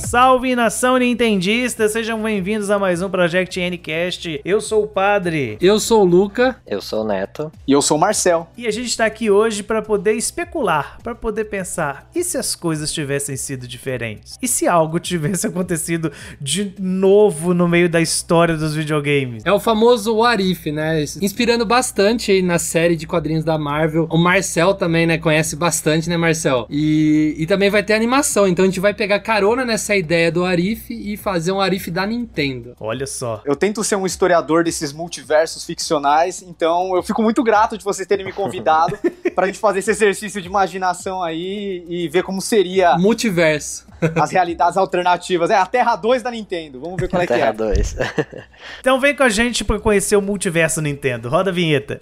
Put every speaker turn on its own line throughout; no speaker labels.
Salve nação nintendista, sejam bem-vindos a mais um Project Ncast. Eu sou o Padre.
Eu sou o Luca.
Eu sou o Neto.
E eu sou o Marcel.
E a gente tá aqui hoje pra poder especular, pra poder pensar, e se as coisas tivessem sido diferentes? E se algo tivesse acontecido de novo no meio da história dos videogames?
É o famoso What If, né? Inspirando bastante aí na série de quadrinhos da Marvel. O Marcel também, né? Conhece bastante, né, Marcel? E também vai ter animação, então a gente vai pegar carona nessa ideia do What If e fazer um What If da Nintendo.
Olha só.
Eu tento ser um historiador desses multiversos ficcionais, então eu fico muito grato de vocês terem me convidado pra gente fazer esse exercício de imaginação aí e ver como seria
Multiverso.
as realidades alternativas. É a Terra 2 da Nintendo. Vamos ver qual é que é.
Terra 2.
Então vem com a gente pra conhecer o multiverso Nintendo. Roda a vinheta.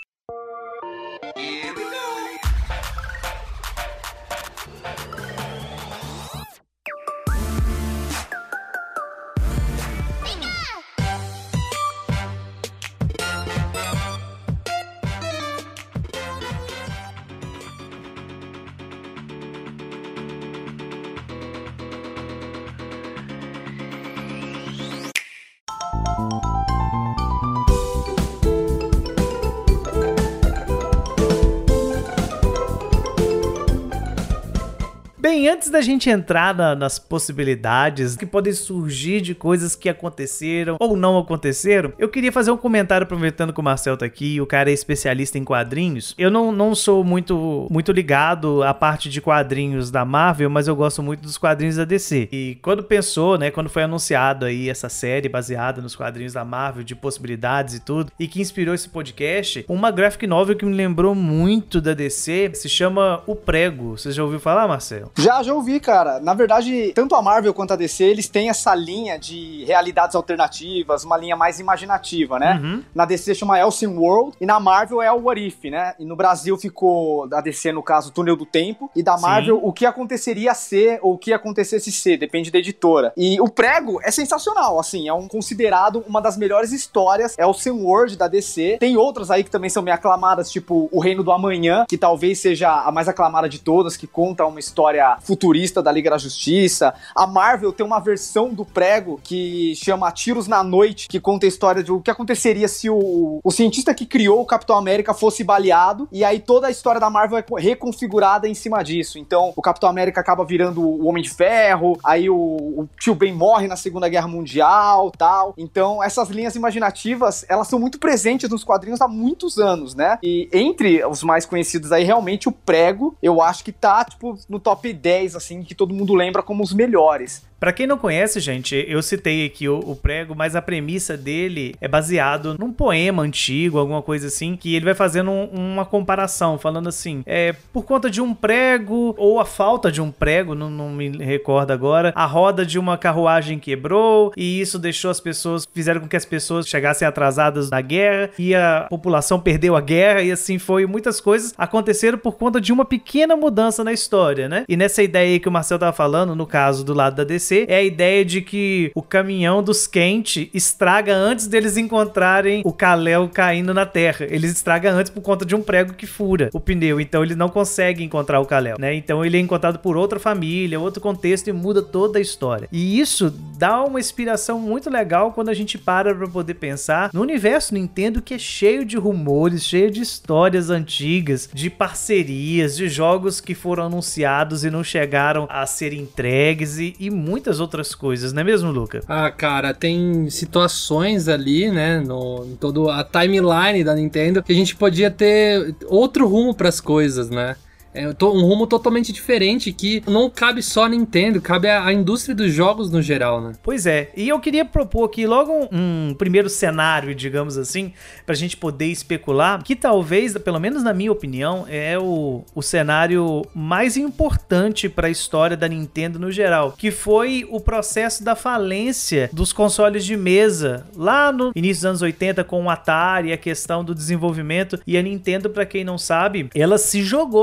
Bem, antes da gente entrar nas possibilidades que podem surgir de coisas que aconteceram ou não aconteceram, eu queria fazer um comentário aproveitando que o Marcel tá aqui, o cara é especialista em quadrinhos. Eu não sou muito ligado à parte de quadrinhos da Marvel, mas eu gosto muito dos quadrinhos da DC. E quando pensou, né, quando foi anunciado aí essa série baseada nos quadrinhos da Marvel, de possibilidades e tudo, e que inspirou esse podcast, uma graphic novel que me lembrou muito da DC se chama O Prego. Você já ouviu falar, Marcel?
Já ouvi, cara. Na verdade, tanto a Marvel quanto a DC, eles têm essa linha de realidades alternativas, uma linha mais imaginativa, né?
Uhum.
Na DC chama Elseworld e na Marvel é o What If, né? E no Brasil ficou, da DC no caso, Túnel do Tempo, e da Marvel, o que aconteceria ser ou o que acontecesse ser, depende da editora. E o Prego é sensacional, assim, é considerado uma das melhores histórias, é o Elseworld da DC. Tem outras aí que também são meio aclamadas, tipo O Reino do Amanhã, que talvez seja a mais aclamada de todas, que conta uma história futurista da Liga da Justiça. A Marvel tem uma versão do Prego que chama Tiros na Noite, que conta a história de o que aconteceria se o cientista que criou o Capitão América fosse baleado, e aí toda a história da Marvel é reconfigurada em cima disso. Então, o Capitão América acaba virando o Homem de Ferro, aí o Tio Ben morre na Segunda Guerra Mundial, tal. Então, essas linhas imaginativas, elas são muito presentes nos quadrinhos há muitos anos, né? E entre os mais conhecidos aí, realmente, o Prego, eu acho que tá, tipo, no top 10, assim, que todo mundo lembra como os melhores.
Pra quem não conhece, gente, eu citei aqui o Prego, mas a premissa dele é baseado num poema antigo, alguma coisa assim, que ele vai fazendo uma comparação, falando assim, por conta de um prego, ou a falta de um prego, não me recordo agora, a roda de uma carruagem quebrou, e isso fizeram com que as pessoas chegassem atrasadas na guerra, e a população perdeu a guerra, e assim foi, muitas coisas aconteceram por conta de uma pequena mudança na história, né? E nessa ideia aí que o Marcel tava falando, no caso do lado da DC, é a ideia de que o caminhão dos Kent estraga antes deles encontrarem o Kal-El caindo na Terra. Eles estragam antes por conta de um prego que fura o pneu, então eles não conseguem encontrar o Kal-El, né? Então ele é encontrado por outra família, outro contexto, e muda toda a história. E isso dá uma inspiração muito legal quando a gente para pra poder pensar no universo Nintendo, que é cheio de rumores, cheio de histórias antigas, de parcerias, de jogos que foram anunciados e não chegaram a ser entregues e muitas outras coisas, não é mesmo, Luca?
Ah, cara, tem situações ali, né, em toda a timeline da Nintendo, que a gente podia ter outro rumo pras coisas, né? Um rumo totalmente diferente que não cabe só a Nintendo, cabe a indústria dos jogos no geral, né?
Pois é, e eu queria propor aqui logo um primeiro cenário, digamos assim, pra gente poder especular, que talvez, pelo menos na minha opinião, é o cenário mais importante pra história da Nintendo no geral, que foi o processo da falência dos consoles de mesa, lá no início dos anos 80 com o Atari, a questão do desenvolvimento, e a Nintendo, pra quem não sabe, ela se jogou no mercado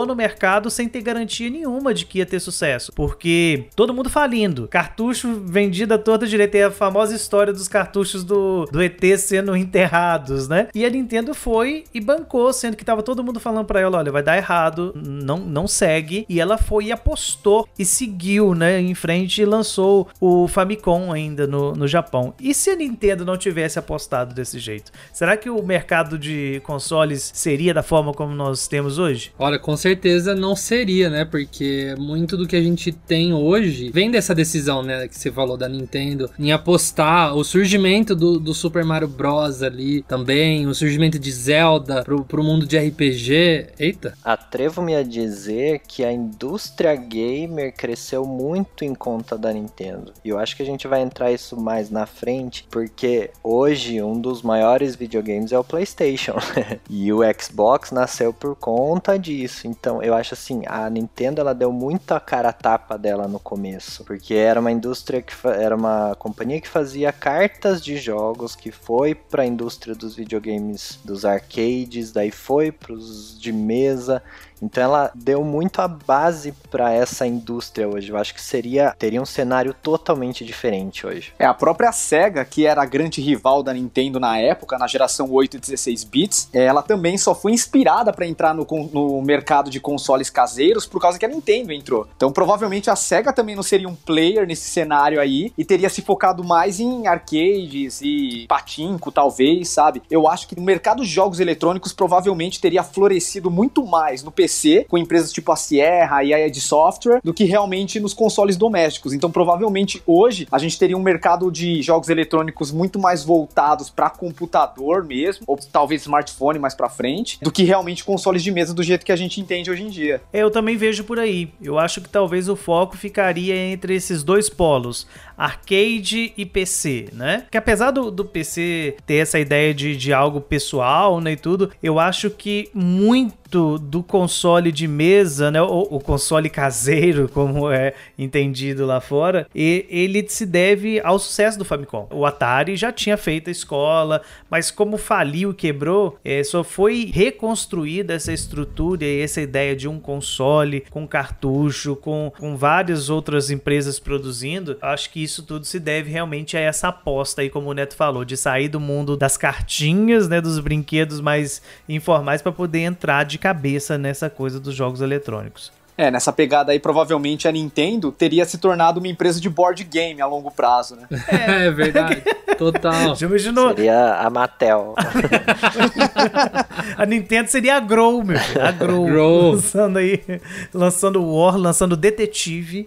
mercado sem ter garantia nenhuma de que ia ter sucesso, porque todo mundo falindo, cartucho vendido à torta direita, é a famosa história dos cartuchos do ET sendo enterrados, né? E a Nintendo foi e bancou, sendo que tava todo mundo falando pra ela, olha, vai dar errado, não segue, e ela foi e apostou e seguiu, né, em frente e lançou o Famicom ainda no Japão. E se a Nintendo não tivesse apostado desse jeito, será que o mercado de consoles seria da forma como nós temos hoje?
Olha, com certeza não seria, né? Porque muito do que a gente tem hoje vem dessa decisão, né? Que você falou da Nintendo, em apostar, o surgimento do Super Mario Bros. Ali também, o surgimento de Zelda pro mundo de RPG. Eita!
Atrevo-me a dizer que a indústria gamer cresceu muito em conta da Nintendo. E eu acho que a gente vai entrar isso mais na frente, porque hoje um dos maiores videogames é o PlayStation. E o Xbox nasceu por conta disso. Então eu acho assim, a Nintendo ela deu muito a cara a tapa dela no começo, porque era uma indústria era uma companhia que fazia cartas de jogos, que foi para a indústria dos videogames, dos arcades, daí foi pros de mesa. Então ela deu muito a base para essa indústria hoje. Eu acho que teria um cenário totalmente diferente hoje.
A própria Sega, que era a grande rival da Nintendo na época, na geração 8 e 16 bits, ela também só foi inspirada para entrar no mercado de consoles caseiros por causa que a Nintendo entrou. Então provavelmente a Sega também não seria um player nesse cenário aí e teria se focado mais em arcades e patinco, talvez, sabe? Eu acho que o mercado de jogos eletrônicos provavelmente teria florescido muito mais no PC, com empresas tipo a Sierra e a id Software, do que realmente nos consoles domésticos. Então provavelmente hoje a gente teria um mercado de jogos eletrônicos muito mais voltados para computador mesmo, ou talvez smartphone mais para frente, do que realmente consoles de mesa do jeito que a gente entende hoje em dia.
Eu também vejo por aí. Eu acho que talvez o foco ficaria entre esses dois polos, arcade e PC, né? Que apesar do PC ter essa ideia de algo pessoal, né, e tudo, eu acho que muito do console de mesa, né, o console caseiro, como é entendido lá fora, ele se deve ao sucesso do Famicom. O Atari já tinha feito a escola, mas como faliu e quebrou, só foi reconstruída essa estrutura e essa ideia de um console com cartucho, com várias outras empresas produzindo. Acho que isso tudo se deve realmente a essa aposta aí, como o Neto falou, de sair do mundo das cartinhas, né, dos brinquedos mais informais para poder entrar de cabeça nessa coisa dos jogos eletrônicos.
Nessa pegada aí, provavelmente a Nintendo teria se tornado uma empresa de board game a longo prazo, né?
É verdade, total.
Já imaginou?
Seria a Mattel.
A Nintendo seria a Grow, meu filho. A Grow.
Grow.
Lançando War, lançando Detetive.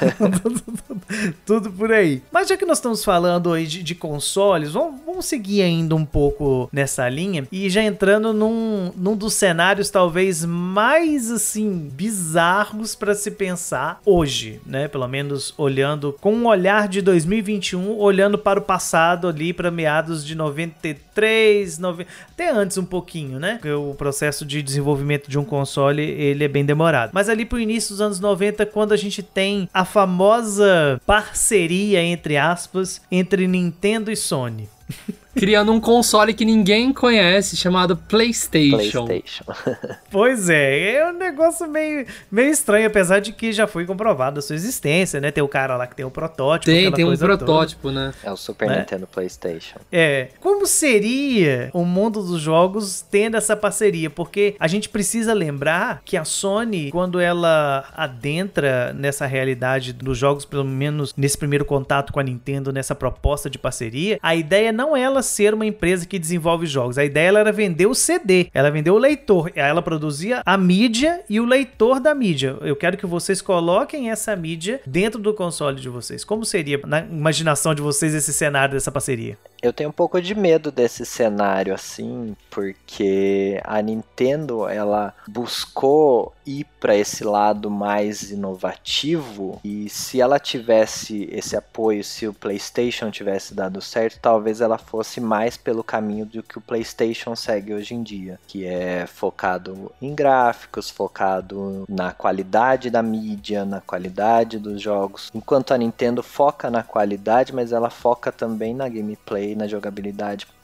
Tudo por aí. Mas já que nós estamos falando aí de consoles, vamos seguir ainda um pouco nessa linha e já entrando num dos cenários talvez mais assim bizarros para se pensar hoje, né? Pelo menos olhando com um olhar de 2021, olhando para o passado ali para meados de 93, até antes um pouquinho, né? Porque o processo de desenvolvimento de um console, ele é bem demorado. Mas ali pro início dos anos 90, quando a gente tem a famosa parceria, entre aspas, entre Nintendo e Sony.
Criando um console que ninguém conhece, chamado PlayStation.
Pois é um negócio meio estranho, apesar de que já foi comprovada a sua existência, né? Tem o cara lá que tem o protótipo.
Tem um protótipo, toda, né?
É o Super Nintendo PlayStation.
Como seria o mundo dos jogos tendo essa parceria? Porque a gente precisa lembrar que a Sony, quando ela adentra nessa realidade dos jogos, pelo menos nesse primeiro contato com a Nintendo, nessa proposta de parceria, a ideia não é ela ser uma empresa que desenvolve jogos. A ideia era vender o CD, ela vendeu o leitor, ela produzia a mídia e o leitor da mídia. Eu quero que vocês coloquem essa mídia dentro do console de vocês. Como seria, na imaginação de vocês, esse cenário dessa parceria?
Eu tenho um pouco de medo desse cenário, assim, porque a Nintendo, ela buscou ir para esse lado mais inovativo, e se ela tivesse esse apoio, se o PlayStation tivesse dado certo, talvez ela fosse mais pelo caminho do que o PlayStation segue hoje em dia, que é focado em gráficos, focado na qualidade da mídia, na qualidade dos jogos, enquanto a Nintendo foca na qualidade, mas ela foca também na gameplay, na jogabilidade,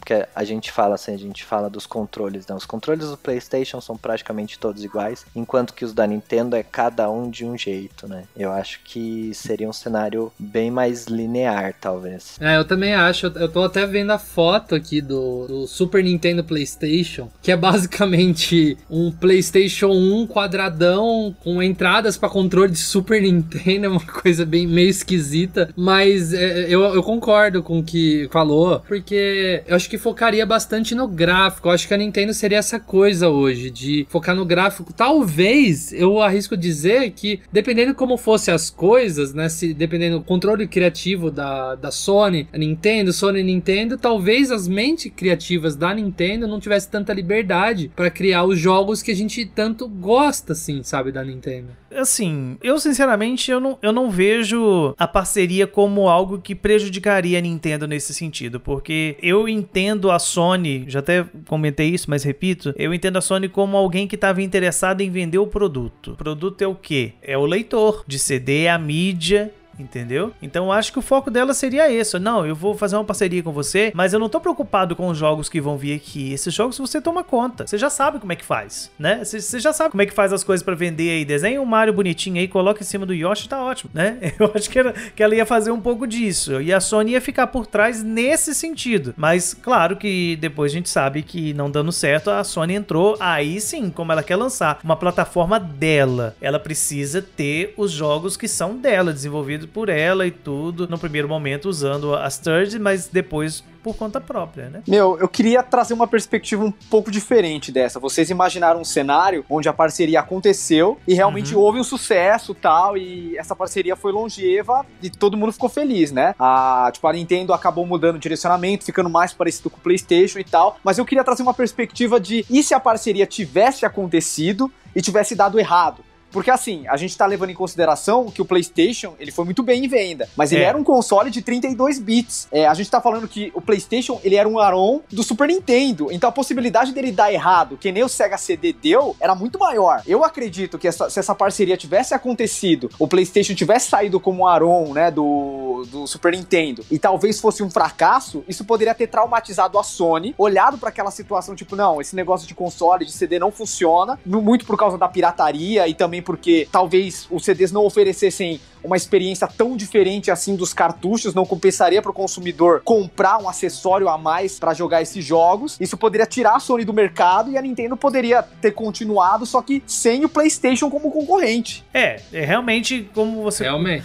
porque a gente fala assim, a gente fala dos controles, né? Os controles do PlayStation são praticamente todos iguais, enquanto que os da Nintendo é cada um de um jeito, né? Eu acho que seria um cenário bem mais linear, talvez.
Eu também acho. Eu tô até vendo a foto aqui do Super Nintendo PlayStation, que é basicamente um PlayStation 1 quadradão com entradas pra controle de Super Nintendo, é uma coisa bem meio esquisita, mas eu concordo com o que falou, porque eu acho que focaria bastante no gráfico. Eu acho que a Nintendo seria essa coisa hoje, de focar no gráfico. Talvez, eu arrisco dizer que, dependendo como fossem as coisas, né, se dependendo do controle criativo da Sony, a Nintendo, Sony e Nintendo, talvez as mentes criativas da Nintendo não tivessem tanta liberdade pra criar os jogos que a gente tanto gosta, assim, sabe, da Nintendo.
Assim, eu sinceramente, eu não vejo a parceria como algo que prejudicaria a Nintendo nesse sentido, porque eu entendo a Sony, já até comentei isso, mas repito, eu entendo a Sony como alguém que estava interessado em vender o produto. O produto é o quê? É o leitor de CD, é a mídia, entendeu? Então eu acho que o foco dela seria esse. Não, eu vou fazer uma parceria com você, mas eu não tô preocupado com os jogos que vão vir aqui. Esses jogos você toma conta. Você já sabe como é que faz, né? Você já sabe como é que faz as coisas pra vender aí. Desenha um Mario bonitinho aí, coloca em cima do Yoshi, tá ótimo, né? Eu acho que ela ia fazer um pouco disso. E a Sony ia ficar por trás nesse sentido. Mas claro que depois a gente sabe que não dando certo, a Sony entrou. Aí sim, como ela quer lançar uma plataforma dela, ela precisa ter os jogos que são dela, desenvolvidos por ela e tudo, no primeiro momento usando as third, mas depois por conta própria, né?
Eu queria trazer uma perspectiva um pouco diferente dessa. Vocês imaginaram um cenário onde a parceria aconteceu e realmente houve um sucesso e tal, e essa parceria foi longeva e todo mundo ficou feliz, né? A Nintendo acabou mudando o direcionamento, ficando mais parecido com o PlayStation e tal, mas eu queria trazer uma perspectiva de e se a parceria tivesse acontecido e tivesse dado errado? Porque assim, a gente tá levando em consideração que o PlayStation, ele foi muito bem em venda, mas ele era um console de 32 bits. A gente tá falando que o PlayStation, ele era um Aron do Super Nintendo, então a possibilidade dele dar errado, que nem o Sega CD deu, era muito maior. Eu acredito que se essa parceria tivesse acontecido, o PlayStation tivesse saído como um Aron, né, do Super Nintendo, e talvez fosse um fracasso, isso poderia ter traumatizado a Sony, olhado pra aquela situação, tipo, não, esse negócio de console, de CD não funciona, muito por causa da pirataria e também porque talvez os CDs não oferecessem uma experiência tão diferente assim dos cartuchos, não compensaria para o consumidor comprar um acessório a mais para jogar esses jogos. Isso poderia tirar a Sony do mercado e a Nintendo poderia ter continuado, só que sem o PlayStation como concorrente.
Realmente, como você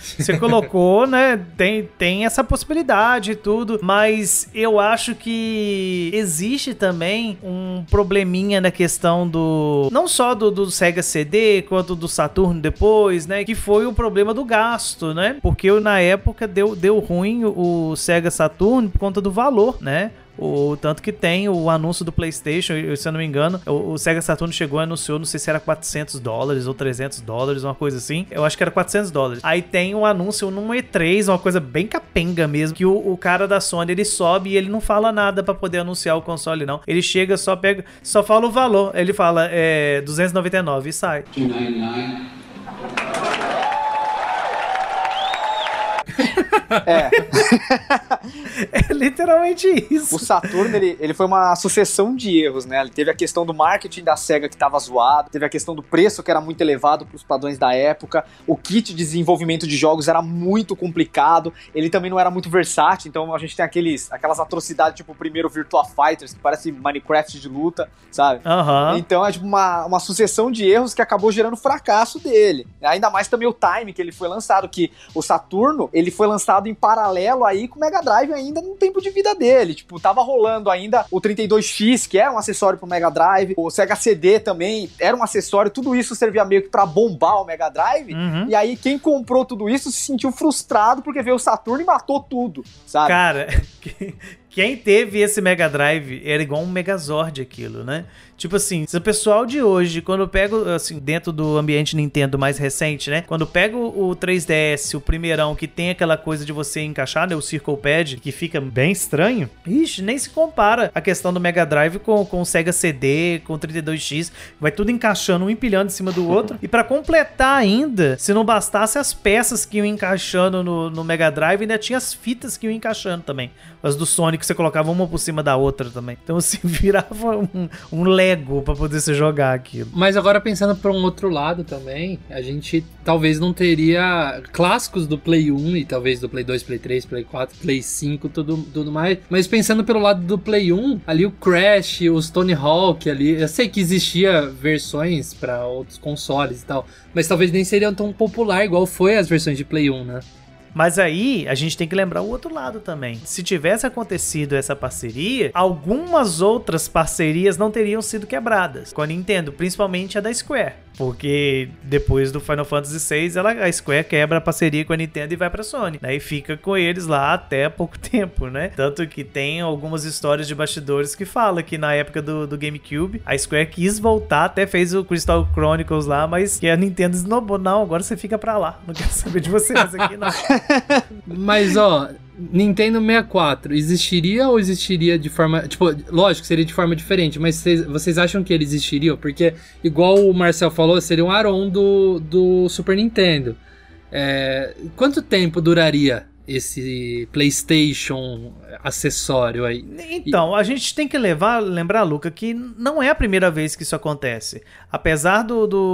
colocou, né, tem essa possibilidade e tudo, mas eu acho que existe também um probleminha na questão não só do Sega CD, quanto do Saturno depois, né, que foi o problema do gasto, né, porque na época deu ruim o Sega Saturn por conta do valor, né. Tanto que tem o anúncio do PlayStation, se eu não me engano, o Sega Saturn chegou e anunciou, não sei se era $400 ou $300, uma coisa assim. Eu acho que era $400. Aí tem um anúncio num E3, uma coisa bem capenga mesmo, que o cara da Sony, ele sobe e ele não fala nada pra poder anunciar o console, não. Ele chega, só fala o valor. Ele fala, $299 e sai. $299. É literalmente isso.
O Saturno, ele foi uma sucessão de erros, né? Ele teve a questão do marketing da SEGA que tava zoado, teve a questão do preço que era muito elevado pros padrões da época, o kit de desenvolvimento de jogos era muito complicado, ele também não era muito versátil, então a gente tem aquelas atrocidades, tipo o primeiro Virtua Fighters, que parece Minecraft de luta, sabe? Então é tipo uma sucessão de erros que acabou gerando o fracasso dele. Ainda mais também o time que ele foi lançado, que o Saturno, ele foi lançado em paralelo aí com o Mega Drive ainda no tempo de vida dele, tipo, tava rolando ainda o 32X, que era um acessório pro Mega Drive, o Sega CD também era um acessório, tudo isso servia meio que pra bombar o Mega Drive, e aí quem comprou tudo isso se sentiu frustrado porque veio o Saturno e matou tudo, sabe?
Cara, quem teve esse Mega Drive era igual um Megazord aquilo, né? Tipo assim, se o pessoal de hoje, quando eu pego, assim, dentro do ambiente Nintendo mais recente, né? Quando eu pego o 3DS, o primeirão, que tem aquela coisa de você encaixar, né? O Circle Pad, que fica bem estranho. Ixi, nem se compara a questão do Mega Drive com o Sega CD, com o 32X. Vai tudo encaixando, um empilhando em cima do outro. E pra completar ainda, se não bastasse as peças que iam encaixando no Mega Drive, ainda tinha as fitas que iam encaixando também. As do Sonic que você colocava uma por cima da outra também. Então você virava um Lego pra poder você jogar aquilo.
Mas agora pensando por um outro lado também, a gente talvez não teria clássicos do Play 1 e talvez do Play 2, Play 3, Play 4, Play 5, tudo mais. Mas pensando pelo lado do Play 1, ali o Crash, os Tony Hawk ali, eu sei que existia versões pra outros consoles e tal, mas talvez nem seriam tão popular igual foi as versões de Play 1, né?
Mas aí, a gente tem que lembrar o outro lado também. Se tivesse acontecido essa parceria, algumas outras parcerias não teriam sido quebradas com a Nintendo, principalmente a da Square. Porque depois do Final Fantasy VI, a Square quebra a parceria com a Nintendo e vai pra Sony. Daí fica com eles lá até pouco tempo, né? Tanto que tem algumas histórias de bastidores que falam que na época do GameCube, a Square quis voltar, até fez o Crystal Chronicles lá, mas que a Nintendo esnobou. Não, agora você fica pra lá. Não quero saber de você mais aqui, não.
Mas, ó, Nintendo 64 existiria ou existiria de forma... Tipo, lógico que seria de forma diferente, mas vocês acham que ele existiria? Porque, igual o Marcel falou, seria um Aron do Super Nintendo. Quanto tempo duraria esse PlayStation acessório aí?
Então, a gente tem que lembrar, Luca, que não é a primeira vez que isso acontece. Apesar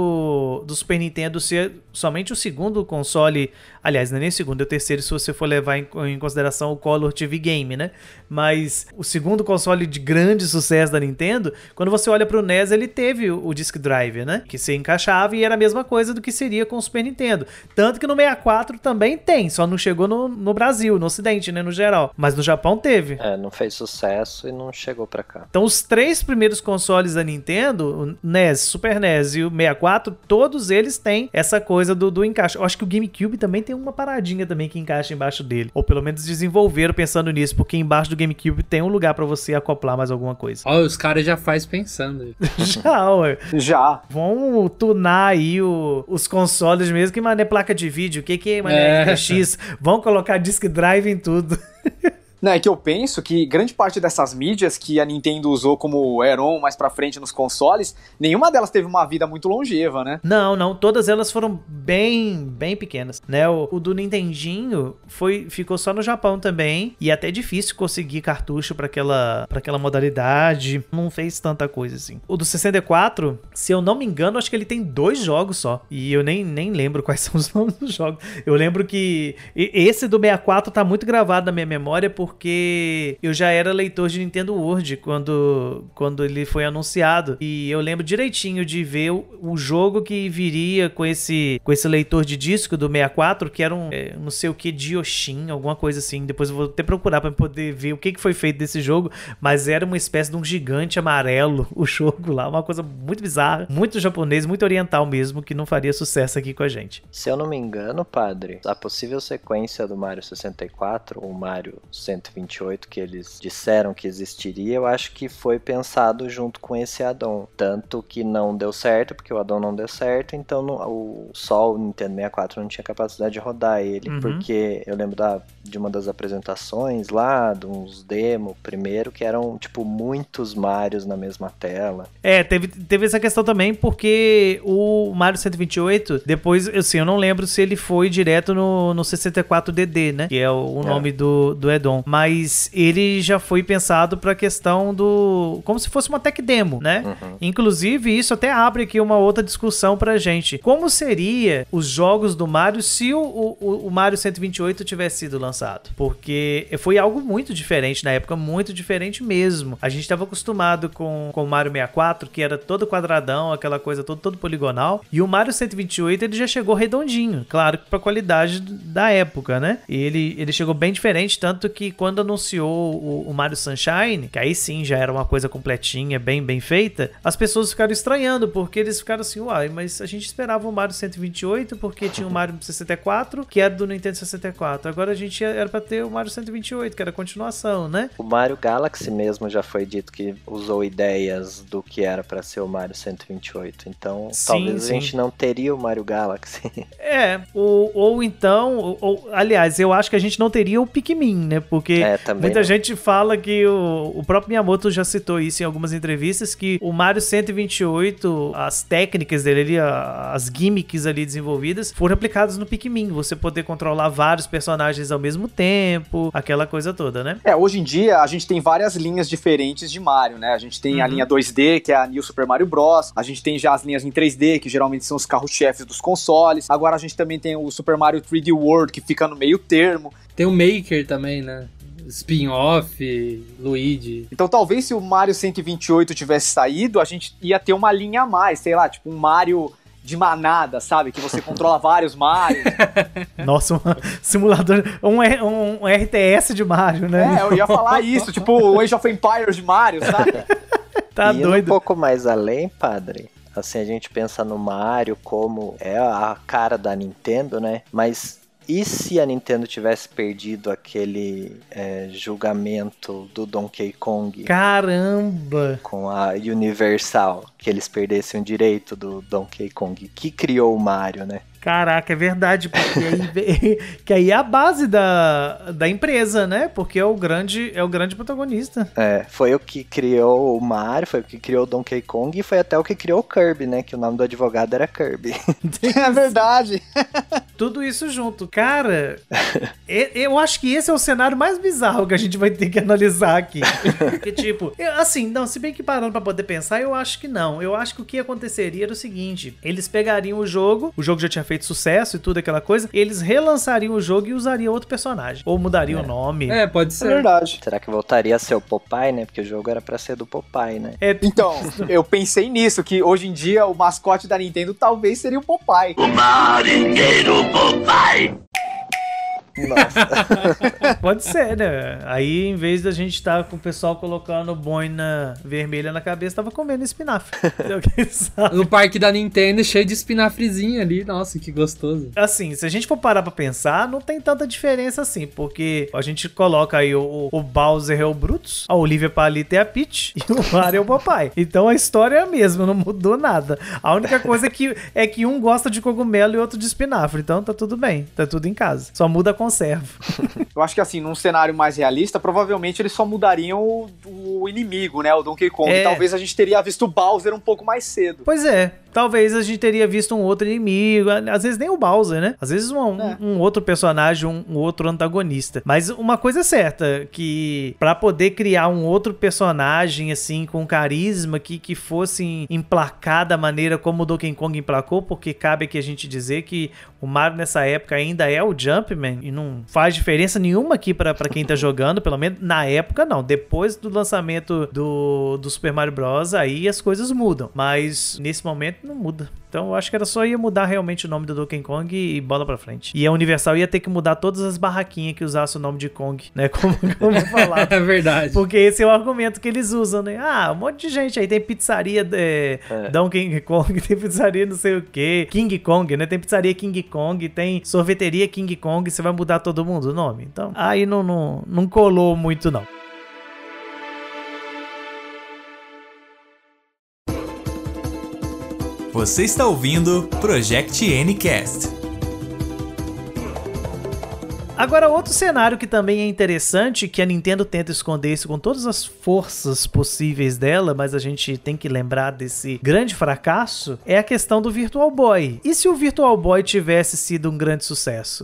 do Super Nintendo ser somente o segundo console, aliás, não é nem o segundo, é o terceiro se você for levar em consideração o Color TV Game, né? Mas o segundo console de grande sucesso da Nintendo, quando você olha pro NES, ele teve o Disk Drive, né? Que se encaixava e era a mesma coisa do que seria com o Super Nintendo. Tanto que no 64 também tem, só não chegou no Brasil, no Ocidente, né? No geral. Mas no Japão teve.
Não fez sucesso e não chegou pra cá.
Então os três primeiros consoles da Nintendo, o NES, Super NES e o 64, todos eles têm essa coisa do encaixe. Eu acho que o GameCube também tem uma paradinha também que encaixa embaixo dele. Ou pelo menos desenvolveram pensando nisso, porque embaixo do GameCube tem um lugar pra você acoplar mais alguma coisa.
Ó, os caras já faz pensando.
Já, ué.
Já.
Vão tunar aí os consoles mesmo, que mané placa de vídeo, o que é mané RX, vão colocar disk drive em tudo.
Não, é que eu penso que grande parte dessas mídias que a Nintendo usou como Aeron mais pra frente nos consoles, nenhuma delas teve uma vida muito longeva, né?
Não, todas elas foram bem pequenas, né? O do Nintendinho ficou só no Japão também, e até difícil conseguir cartucho pra aquela modalidade, não fez tanta coisa assim. O do 64, se eu não me engano, acho que ele tem 2 jogos só, e eu nem lembro quais são os nomes dos jogos. Eu lembro que esse do 64 tá muito gravado na minha memória, porque eu já era leitor de Nintendo World quando ele foi anunciado, e eu lembro direitinho de ver o jogo que viria com esse leitor de disco do 64, que era um não sei o que, de Yoshin, alguma coisa assim. Depois eu vou até procurar pra poder ver o que foi feito desse jogo, mas era uma espécie de um gigante amarelo, o jogo lá, uma coisa muito bizarra, muito japonês, muito oriental mesmo, que não faria sucesso aqui com a gente.
Se eu não me engano, padre, a possível sequência do Mario 64, o Mario 128 que eles disseram que existiria, eu acho que foi pensado junto com esse add-on. Tanto que não deu certo, porque o add-on não deu certo, então só o Nintendo 64 não tinha capacidade de rodar ele, porque eu lembro de uma das apresentações lá, de uns demos primeiro, que eram, tipo, muitos Marios na mesma tela.
Teve essa questão também, porque o Mario 128, depois, assim, eu não lembro se ele foi direto no 64DD, né? Que é o nome do add-on. Mas ele já foi pensado pra questão como se fosse uma tech demo, né? Inclusive, isso até abre aqui uma outra discussão pra gente. Como seria os jogos do Mario se o Mario 128 tivesse sido lançado? Porque foi algo muito diferente na época, muito diferente mesmo. A gente estava acostumado com o Mario 64, que era todo quadradão, aquela coisa todo poligonal, e o Mario 128 ele já chegou redondinho, claro que pra qualidade da época, né? E ele chegou bem diferente, tanto que quando anunciou o Mario Sunshine, que aí sim já era uma coisa completinha, bem feita, as pessoas ficaram estranhando, porque eles ficaram assim, uai, mas a gente esperava o Mario 128 porque tinha o Mario 64, que era do Nintendo 64. Agora a gente era pra ter o Mario 128, que era a continuação, né?
O Mario Galaxy mesmo já foi dito que usou ideias do que era pra ser o Mario 128. Então, talvez a gente não teria o Mario Galaxy.
Ou então, aliás, eu acho que a gente não teria o Pikmin, né? Porque porque muita gente fala que o próprio Miyamoto já citou isso em algumas entrevistas, que o Mario 128, as técnicas dele ali, as gimmicks ali desenvolvidas, foram aplicadas no Pikmin. Você poder controlar vários personagens ao mesmo tempo, aquela coisa toda, né?
Hoje em dia a gente tem várias linhas diferentes de Mario, né? A gente tem a linha 2D, que é a New Super Mario Bros. A gente tem já as linhas em 3D, que geralmente são os carros-chefes dos consoles. Agora a gente também tem o Super Mario 3D World, que fica no meio termo.
Tem o Maker também, né? Spin-off, Luigi.
Então talvez se o Mario 128 tivesse saído, a gente ia ter uma linha a mais, sei lá, tipo um Mario de manada, sabe? Que você controla vários Marios.
Nossa, um simulador, um RTS de Mario, né?
Eu ia falar isso, tipo o Age of Empires de Mario, sabe?
Tá
e
doido.
Um pouco mais além, padre, assim, a gente pensa no Mario como é a cara da Nintendo, né? Mas e se a Nintendo tivesse perdido aquele julgamento do Donkey Kong?
Caramba!
Com a Universal, que eles perdessem o direito do Donkey Kong, que criou o Mario, né?
Caraca, é verdade, porque que aí é a base da empresa, né? Porque é o grande protagonista.
Foi o que criou o Mario, foi o que criou o Donkey Kong e foi até o que criou o Kirby, né? Que o nome do advogado era Kirby.
É verdade.
Tudo isso junto. Cara, eu acho que esse é o cenário mais bizarro que a gente vai ter que analisar aqui. Porque, tipo, assim, não, se bem que parando pra poder pensar, eu acho que não. Eu acho que o que aconteceria era o seguinte, eles pegariam o jogo já tinha feito sucesso e tudo aquela coisa, eles relançariam o jogo e usariam outro personagem. Ou mudariam o nome.
Pode ser.
É verdade.
Será que voltaria a ser o Popeye, né? Porque o jogo era pra ser do Popeye, né?
Então, eu pensei nisso, que hoje em dia o mascote da Nintendo talvez seria o Popeye.
O marinheiro Popeye.
Nossa.
Pode ser, né? Aí, em vez da gente estar com o pessoal colocando boina vermelha na cabeça, tava comendo espinafre.
No parque da Nintendo, cheio de espinafrezinho ali. Nossa, que gostoso.
Assim, se a gente for parar pra pensar, não tem tanta diferença assim, porque a gente coloca aí o Bowser é o Brutus, a Olivia Palito é a Peach e o Mario é o Popeye. Então a história é a mesma, não mudou nada. A única coisa é que um gosta de cogumelo e outro de espinafre, então tá tudo bem, tá tudo em casa. Só muda a conserva.
Eu acho que assim, num cenário mais realista, provavelmente eles só mudariam o inimigo, né? O Donkey Kong. Talvez a gente teria visto o Bowser um pouco mais cedo.
Pois é. Talvez a gente teria visto um outro inimigo, às vezes nem o Bowser, né? Às vezes um outro personagem, um outro antagonista. Mas uma coisa é certa, que pra poder criar um outro personagem, assim, com carisma, que fosse emplacar da maneira como o Donkey Kong emplacou, porque cabe aqui a gente dizer que o Mario nessa época ainda é o Jumpman, e não faz diferença nenhuma aqui pra quem tá jogando, pelo menos na época não. Depois do lançamento do Super Mario Bros, aí as coisas mudam. Mas nesse momento não muda. Então eu acho que era só ia mudar realmente o nome do Donkey Kong e bola pra frente. E a Universal ia ter que mudar todas as barraquinhas que usasse o nome de Kong, né? Como falar.
É verdade.
Porque esse é o argumento que eles usam, né? Ah, um monte de gente aí. Tem pizzaria Donkey Kong, tem pizzaria não sei o que, King Kong, né? Tem pizzaria King Kong, tem sorveteria King Kong, você vai mudar todo mundo o nome. Então, aí não colou muito, não.
Você está ouvindo Project Ncast.
Agora, outro cenário que também é interessante, que a Nintendo tenta esconder isso com todas as forças possíveis dela, mas a gente tem que lembrar desse grande fracasso, é a questão do Virtual Boy. E se o Virtual Boy tivesse sido um grande sucesso?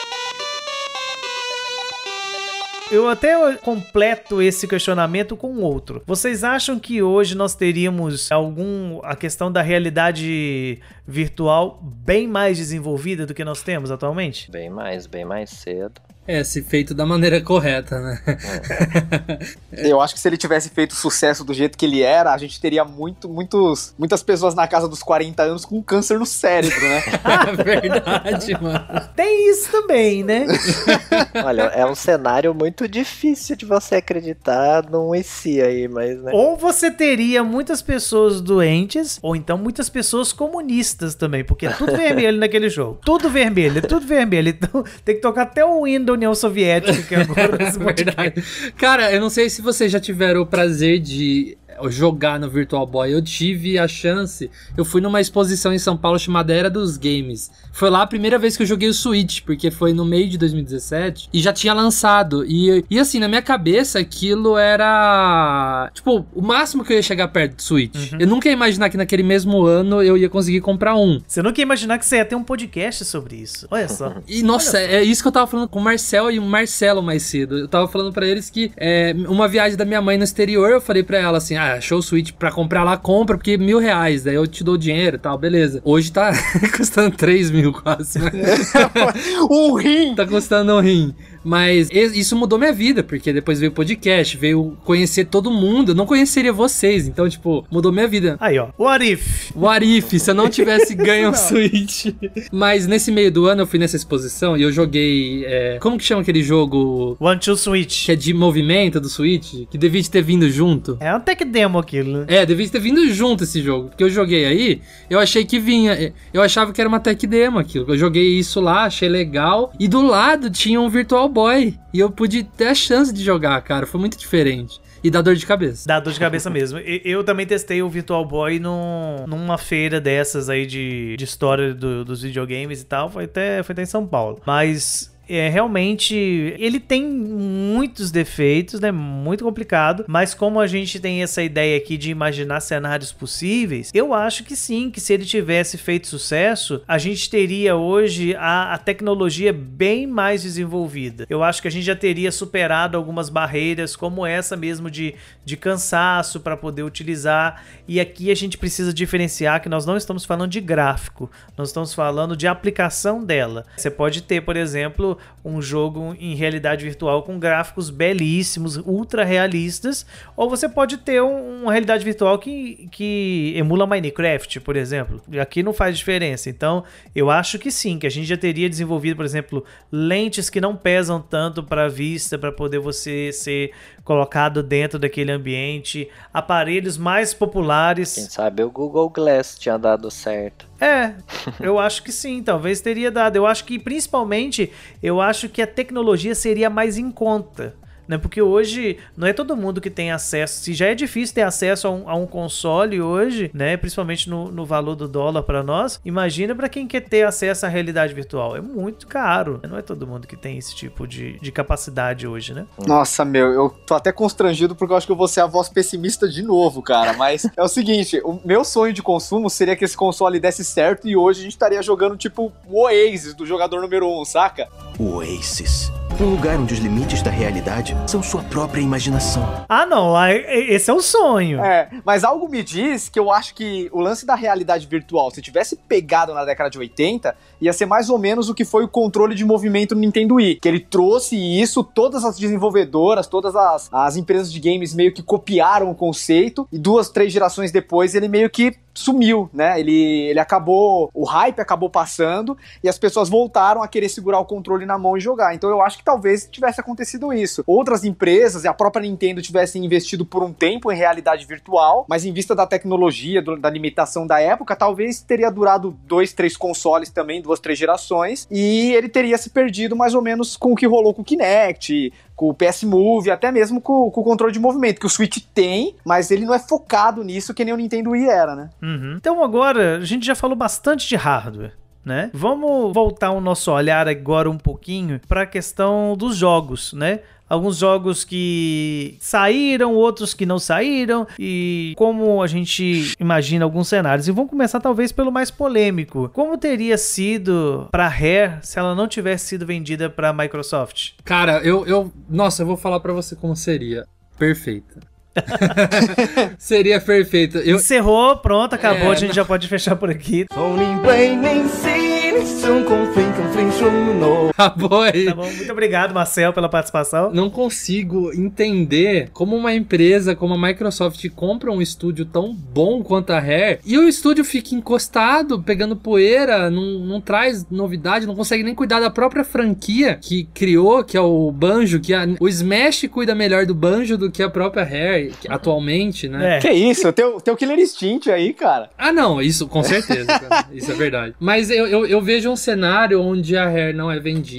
Eu até completo esse questionamento com outro. Vocês acham que hoje nós teríamos a questão da realidade virtual bem mais desenvolvida do que nós temos atualmente?
Bem mais cedo.
Se feito da maneira correta, né?
Eu acho que se ele tivesse feito sucesso do jeito que ele era, a gente teria muitas pessoas na casa dos 40 anos com câncer no cérebro, né?
Verdade, mano.
Tem isso também, né?
Olha, é um cenário muito difícil de você acreditar num IC aí, mas, né?
Ou você teria muitas pessoas doentes, ou então muitas pessoas comunistas também, porque é tudo vermelho naquele jogo. Tudo vermelho. Então tem que tocar até o hino da União Soviética, que agora
Verdade. Cara, eu não sei se vocês já tiveram o prazer de jogar no Virtual Boy. Eu tive a chance, eu fui numa exposição em São Paulo chamada Era dos Games. Foi lá a primeira vez que eu joguei o Switch, porque foi no meio de 2017 e já tinha lançado. E assim, na minha cabeça, aquilo era, tipo, o máximo que eu ia chegar perto do Switch. Eu nunca ia imaginar que naquele mesmo ano eu ia conseguir comprar um.
Você nunca ia imaginar que você ia ter um podcast sobre isso. Olha só.
E, nossa, é isso que eu tava falando com o Marcel e o Marcelo mais cedo. Eu tava falando pra eles que uma viagem da minha mãe no exterior, eu falei pra ela assim, achou o Switch pra comprar lá, compra, porque R$1.000, daí eu te dou dinheiro e tal, beleza. Hoje tá custando 3 mil quase.
Um rim!
Tá custando um rim. Mas isso mudou minha vida, porque depois veio o podcast, veio conhecer todo mundo. Eu não conheceria vocês, então, tipo, mudou minha vida.
Aí, ó, What If?
What if, se eu não tivesse ganho um Switch. Mas nesse meio do ano eu fui nessa exposição e eu joguei, como que chama aquele jogo?
One Two Switch.
Que é de movimento do Switch, que devia ter vindo junto.
É um tech demo aquilo, né?
Devia ter vindo junto esse jogo, porque eu joguei aí, eu achei que vinha, eu achava que era uma tech demo aquilo. Eu joguei isso lá, achei legal, e do lado tinha um Virtual Boy, e eu pude ter a chance de jogar, cara, foi muito diferente. E dá dor de cabeça.
Dá dor de cabeça mesmo. Eu também testei o Virtual Boy numa feira dessas aí de história dos videogames e tal. Foi até em São Paulo. Mas realmente, ele tem muitos defeitos, né? Muito complicado. Mas como a gente tem essa ideia aqui de imaginar cenários possíveis, eu acho que sim, que se ele tivesse feito sucesso, a gente teria hoje a tecnologia bem mais desenvolvida. Eu acho que a gente já teria superado algumas barreiras, como essa mesmo de cansaço para poder utilizar. E aqui a gente precisa diferenciar que nós não estamos falando de gráfico, nós estamos falando de aplicação dela. Você pode ter, por exemplo, um jogo em realidade virtual com gráficos belíssimos, ultra realistas, ou você pode ter uma realidade virtual que emula Minecraft, por exemplo. Aqui não faz diferença. Então, eu acho que sim, que a gente já teria desenvolvido, por exemplo, lentes que não pesam tanto para a vista, para poder você ser colocado dentro daquele ambiente, aparelhos mais populares.
Quem sabe o Google Glass tinha dado certo.
Eu acho que sim, talvez teria dado. Eu acho que, principalmente, eu acho que a tecnologia seria mais em conta, né? Porque hoje não é todo mundo que tem acesso. Se já é difícil ter acesso a um console hoje, né? Principalmente no valor do dólar para nós, imagina para quem quer ter acesso à realidade virtual. É muito caro. Não é todo mundo que tem esse tipo de capacidade hoje, né?
Nossa, eu tô até constrangido porque eu acho que eu vou ser a voz pessimista de novo, cara. Mas é o seguinte, o meu sonho de consumo seria que esse console desse certo e hoje a gente estaria jogando tipo o Oasis do jogador número 1, saca?
O Oasis. Um lugar onde os limites da realidade são sua própria imaginação.
Ah, não. Esse é o sonho.
Mas algo me diz que eu acho que o lance da realidade virtual, se tivesse pegado na década de 80, ia ser mais ou menos o que foi o controle de movimento no Nintendo Wii. Que ele trouxe isso, todas as desenvolvedoras, todas as empresas de games meio que copiaram o conceito, e 2, 3 gerações depois ele meio que sumiu, né? Ele acabou, o hype acabou passando e as pessoas voltaram a querer segurar o controle na mão e jogar. Então eu acho que talvez tivesse acontecido isso. Outras empresas e a própria Nintendo tivessem investido por um tempo em realidade virtual, mas em vista da tecnologia, da limitação da época, talvez teria durado 2, 3 consoles também, 2, 3 gerações, e ele teria se perdido mais ou menos com o que rolou com o Kinect, com o PS Move, até mesmo com o controle de movimento, que o Switch tem, mas ele não é focado nisso que nem o Nintendo Wii era, né?
Então agora, a gente já falou bastante de hardware, né? Vamos voltar o nosso olhar agora um pouquinho para a questão dos jogos, né? Alguns jogos que saíram, outros que não saíram, e como a gente imagina alguns cenários. E vamos começar talvez pelo mais polêmico. Como teria sido pra Rare se ela não tivesse sido vendida pra Microsoft?
Cara, nossa, eu vou falar pra você como seria. Perfeita. Seria perfeito.
Encerrou, pronto, acabou, a gente já pode fechar por aqui.
Acabou aí.
Tá bom, muito obrigado, Marcel, pela participação.
Não consigo entender como uma empresa como a Microsoft compra um estúdio tão bom quanto a Rare e o estúdio fica encostado, pegando poeira, não traz novidade, não consegue nem cuidar da própria franquia que criou, que é o Banjo, o Smash cuida melhor do Banjo do que a própria Rare, atualmente, né?
Que isso, tem o Killer Instinct aí, cara.
Ah, não, isso com certeza, cara. Isso é verdade. Mas eu vejo um cenário onde a Rare não é vendida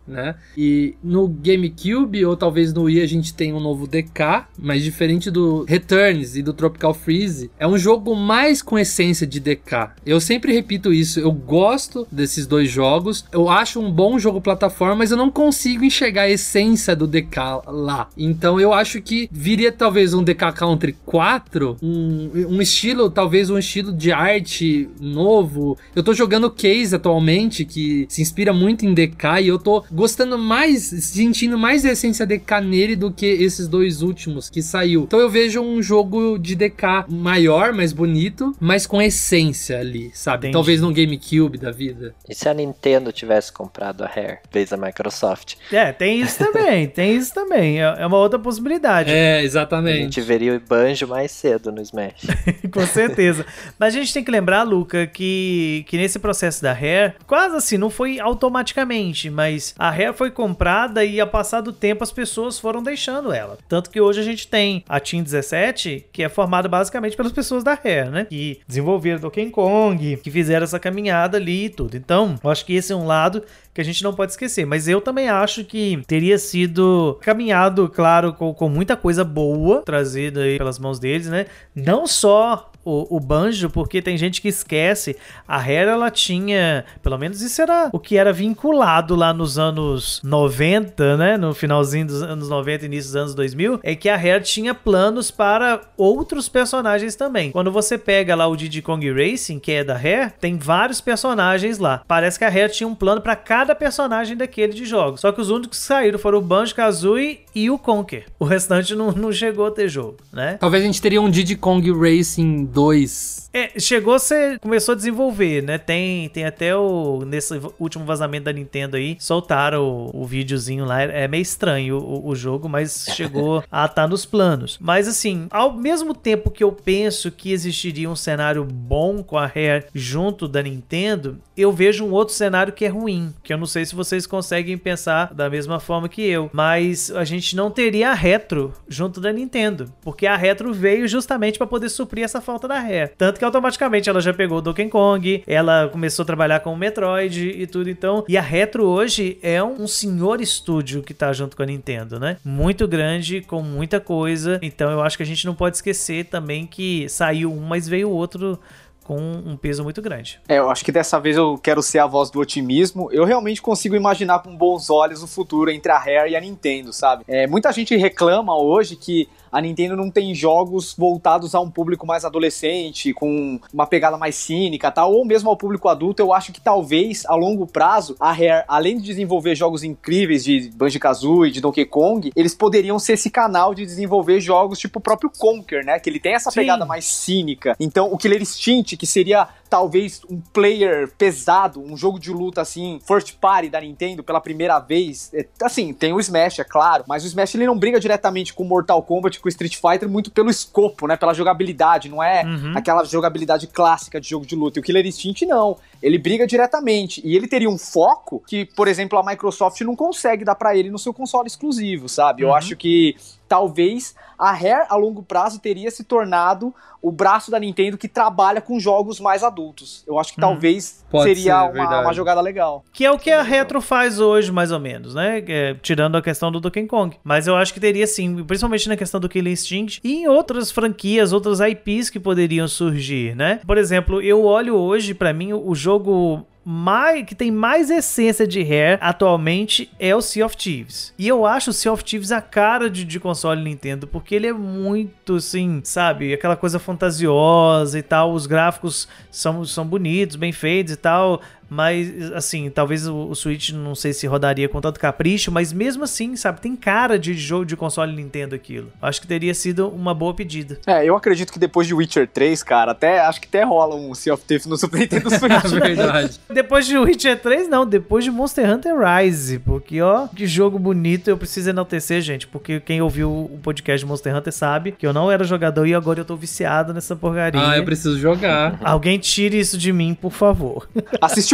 né? E no GameCube, ou talvez no Wii, a gente tem um novo DK, mas diferente do Returns e do Tropical Freeze, é um jogo mais com essência de DK. Eu sempre repito isso, eu gosto desses dois jogos, eu acho um bom jogo plataforma, mas eu não consigo enxergar a essência do DK lá. Então eu acho que viria talvez um DK Country 4, um estilo, talvez um estilo de arte novo. Eu tô jogando Case atualmente, que se inspira muito em DK, e eu tô gostando mais, sentindo mais a essência DK nele do que esses dois últimos que saiu. Então eu vejo um jogo de DK maior, mais bonito, mas com essência ali, sabe?
Entendi.
Talvez no GameCube da vida.
E se a Nintendo tivesse comprado a Rare, vez da Microsoft?
Tem isso também, tem isso também. É uma outra possibilidade.
É,
A
exatamente.
gente veria o Banjo mais cedo no Smash.
Com certeza. Mas a gente tem que lembrar, Luca, que nesse processo da Rare, quase assim, não foi automaticamente, mas a Rare foi comprada e, ao passar do tempo, as pessoas foram deixando ela. Tanto que hoje a gente tem a Team 17, que é formada basicamente pelas pessoas da Rare, né? Que desenvolveram Donkey Kong, que fizeram essa caminhada ali e tudo. Então, eu acho que esse é um lado que a gente não pode esquecer. Mas eu também acho que teria sido caminhado, claro, com muita coisa boa trazida aí pelas mãos deles, né? Não só o Banjo, porque tem gente que esquece. A Rare, ela tinha, pelo menos isso era o que era vinculado lá nos anos 90, né? No finalzinho dos anos 90 e início dos anos 2000, é que a Rare tinha planos para outros personagens também. Quando você pega lá o Diddy Kong Racing, que é da Rare, tem vários personagens lá. Parece que a Rare tinha um plano para cada personagem daquele de jogos. Só que os únicos que saíram foram o Banjo-Kazooie e o Conker. O restante não chegou a ter jogo, né?
Talvez a gente teria um Diddy Kong Racing 2.
Chegou, você começou a desenvolver, né? Tem até nesse último vazamento da Nintendo aí, soltaram o videozinho lá. É meio estranho o jogo, mas chegou a estar nos planos. Mas assim, ao mesmo tempo que eu penso que existiria um cenário bom com a Rare junto da Nintendo, eu vejo um outro cenário que é ruim, que eu não sei se vocês conseguem pensar da mesma forma que eu, mas a gente não teria a Retro junto da Nintendo, porque a Retro veio justamente para poder suprir essa falta da Rare. Tanto que automaticamente ela já pegou o Donkey Kong, ela começou a trabalhar com o Metroid e tudo, então. E a Retro hoje é um senhor estúdio que tá junto com a Nintendo, né? Muito grande, com muita coisa. Então eu acho que a gente não pode esquecer também que saiu um, mas veio outro com um peso muito grande.
Eu acho que dessa vez eu quero ser a voz do otimismo. Eu realmente consigo imaginar com bons olhos o futuro entre a Rare e a Nintendo, sabe? Muita gente reclama hoje que a Nintendo não tem jogos voltados a um público mais adolescente, com uma pegada mais cínica, tal, ou mesmo ao público adulto. Eu acho que talvez, a longo prazo, a Rare, além de desenvolver jogos incríveis de Banjo-Kazooie, de Donkey Kong, eles poderiam ser esse canal de desenvolver jogos tipo o próprio Conker, né? Que ele tem essa pegada mais cínica. Então, o Killer Instinct, que seria talvez um player pesado, um jogo de luta assim, first party da Nintendo pela primeira vez. Assim, tem o Smash, é claro, mas o Smash ele não briga diretamente com Mortal Kombat, com Street Fighter, muito pelo escopo, né, pela jogabilidade, não é aquela jogabilidade clássica de jogo de luta. E o Killer Instinct não, ele briga diretamente, e ele teria um foco que, por exemplo, a Microsoft não consegue dar pra ele no seu console exclusivo, sabe? Eu acho que talvez a Rare, a longo prazo, teria se tornado o braço da Nintendo que trabalha com jogos mais adultos. Eu acho que talvez seria uma jogada legal.
Que é o que a Retro faz hoje, mais ou menos, né? Tirando a questão do Donkey Kong. Mas eu acho que teria sim, principalmente na questão do Killer Instinct e em outras franquias, outras IPs que poderiam surgir, né? Por exemplo, eu olho hoje, pra mim, o jogo que tem mais essência de Rare atualmente é o Sea of Thieves. E eu acho o Sea of Thieves a cara de console Nintendo, porque ele é muito, assim, sabe, aquela coisa fantasiosa e tal, os gráficos são bonitos, bem feitos e tal, mas, assim, talvez o Switch não sei se rodaria com tanto capricho, mas mesmo assim, sabe, tem cara de jogo de console Nintendo aquilo. Acho que teria sido uma boa pedida.
Eu acredito que depois de Witcher 3, cara, acho que até rola um Sea of Thieves no Super Nintendo Switch.
Verdade.
Depois de Witcher 3, não, depois de Monster Hunter Rise, porque, ó, que jogo bonito. Eu preciso enaltecer, gente, porque quem ouviu o podcast de Monster Hunter sabe que eu não era jogador e agora eu tô viciado nessa porcaria.
Eu preciso jogar.
Alguém tire isso de mim, por favor.
Assistiu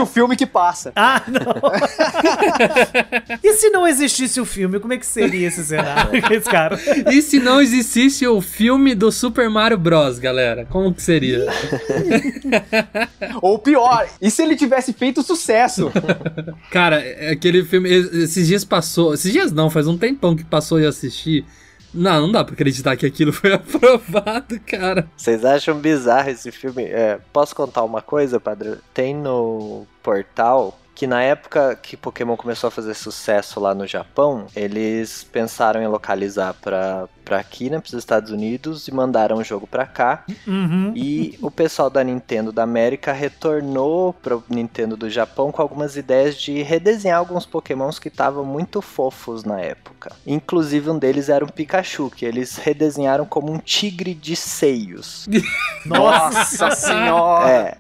filme que passa.
Ah, não. E se não existisse o filme, como é que seria esse cenário? Esse cara?
E se não existisse o filme do Super Mario Bros, galera? Como que seria?
Ou pior, e se ele tivesse feito sucesso?
Cara, aquele filme, esses dias passou, esses dias não, faz um tempão que passou e eu assisti. Não dá pra acreditar que aquilo foi aprovado, cara.
Vocês acham bizarro esse filme? Posso contar uma coisa, Padre? Tem no portal que na época que Pokémon começou a fazer sucesso lá no Japão, eles pensaram em localizar pra aqui, né, pros Estados Unidos, e mandaram o jogo pra cá.
Uhum.
E o pessoal da Nintendo da América retornou pro Nintendo do Japão com algumas ideias de redesenhar alguns Pokémons que estavam muito fofos na época. Inclusive um deles era um Pikachu, que eles redesenharam como um tigre de seios.
Nossa senhora!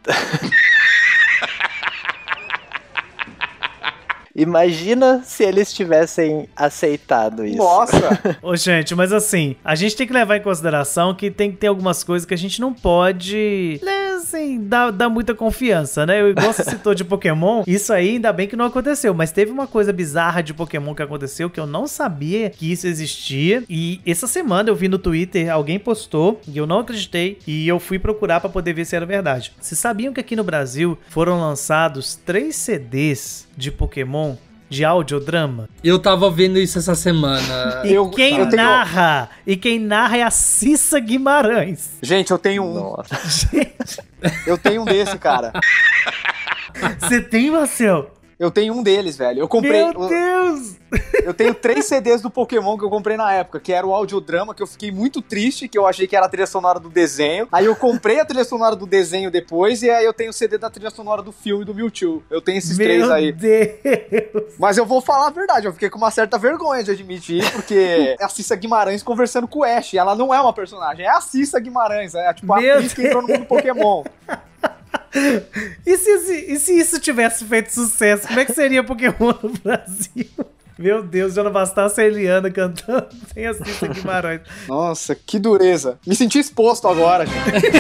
Imagina se eles tivessem aceitado isso.
Nossa!
Ô, gente, mas assim, a gente tem que levar em consideração que tem que ter algumas coisas que a gente não pode, né, assim, dar muita confiança, né? Igual você citou de Pokémon, isso aí ainda bem que não aconteceu, mas teve uma coisa bizarra de Pokémon que aconteceu que eu não sabia que isso existia, e essa semana eu vi no Twitter, alguém postou, e eu não acreditei, e eu fui procurar pra poder ver se era verdade. Vocês sabiam que aqui no Brasil foram lançados 3 CDs de Pokémon de audiodrama?
Eu tava vendo isso essa semana.
E quem narra é a Cissa Guimarães.
Gente, eu tenho um.
Nossa.
Eu tenho um desse, cara.
Você tem, Marcel?
Eu tenho um deles, velho. Eu comprei.
Meu Deus!
Eu tenho 3 CDs do Pokémon que eu comprei na época, que era o audiodrama, que eu fiquei muito triste, que eu achei que era a trilha sonora do desenho. Aí eu comprei a trilha sonora do desenho depois, e aí eu tenho o CD da trilha sonora do filme do Mewtwo. Eu tenho esses 3 aí.
Meu Deus!
Mas eu vou falar a verdade, eu fiquei com uma certa vergonha de admitir, porque é a Cissa Guimarães conversando com o Ash. Ela não é uma personagem, é a Cissa Guimarães, é tipo a atriz que entrou no mundo Pokémon.
E se isso tivesse feito sucesso, como é que seria Pokémon no Brasil? Meu Deus, já não bastasse a Eliana cantando, tem a Cissa Guimarães.
Nossa, que dureza. Me senti exposto agora, gente.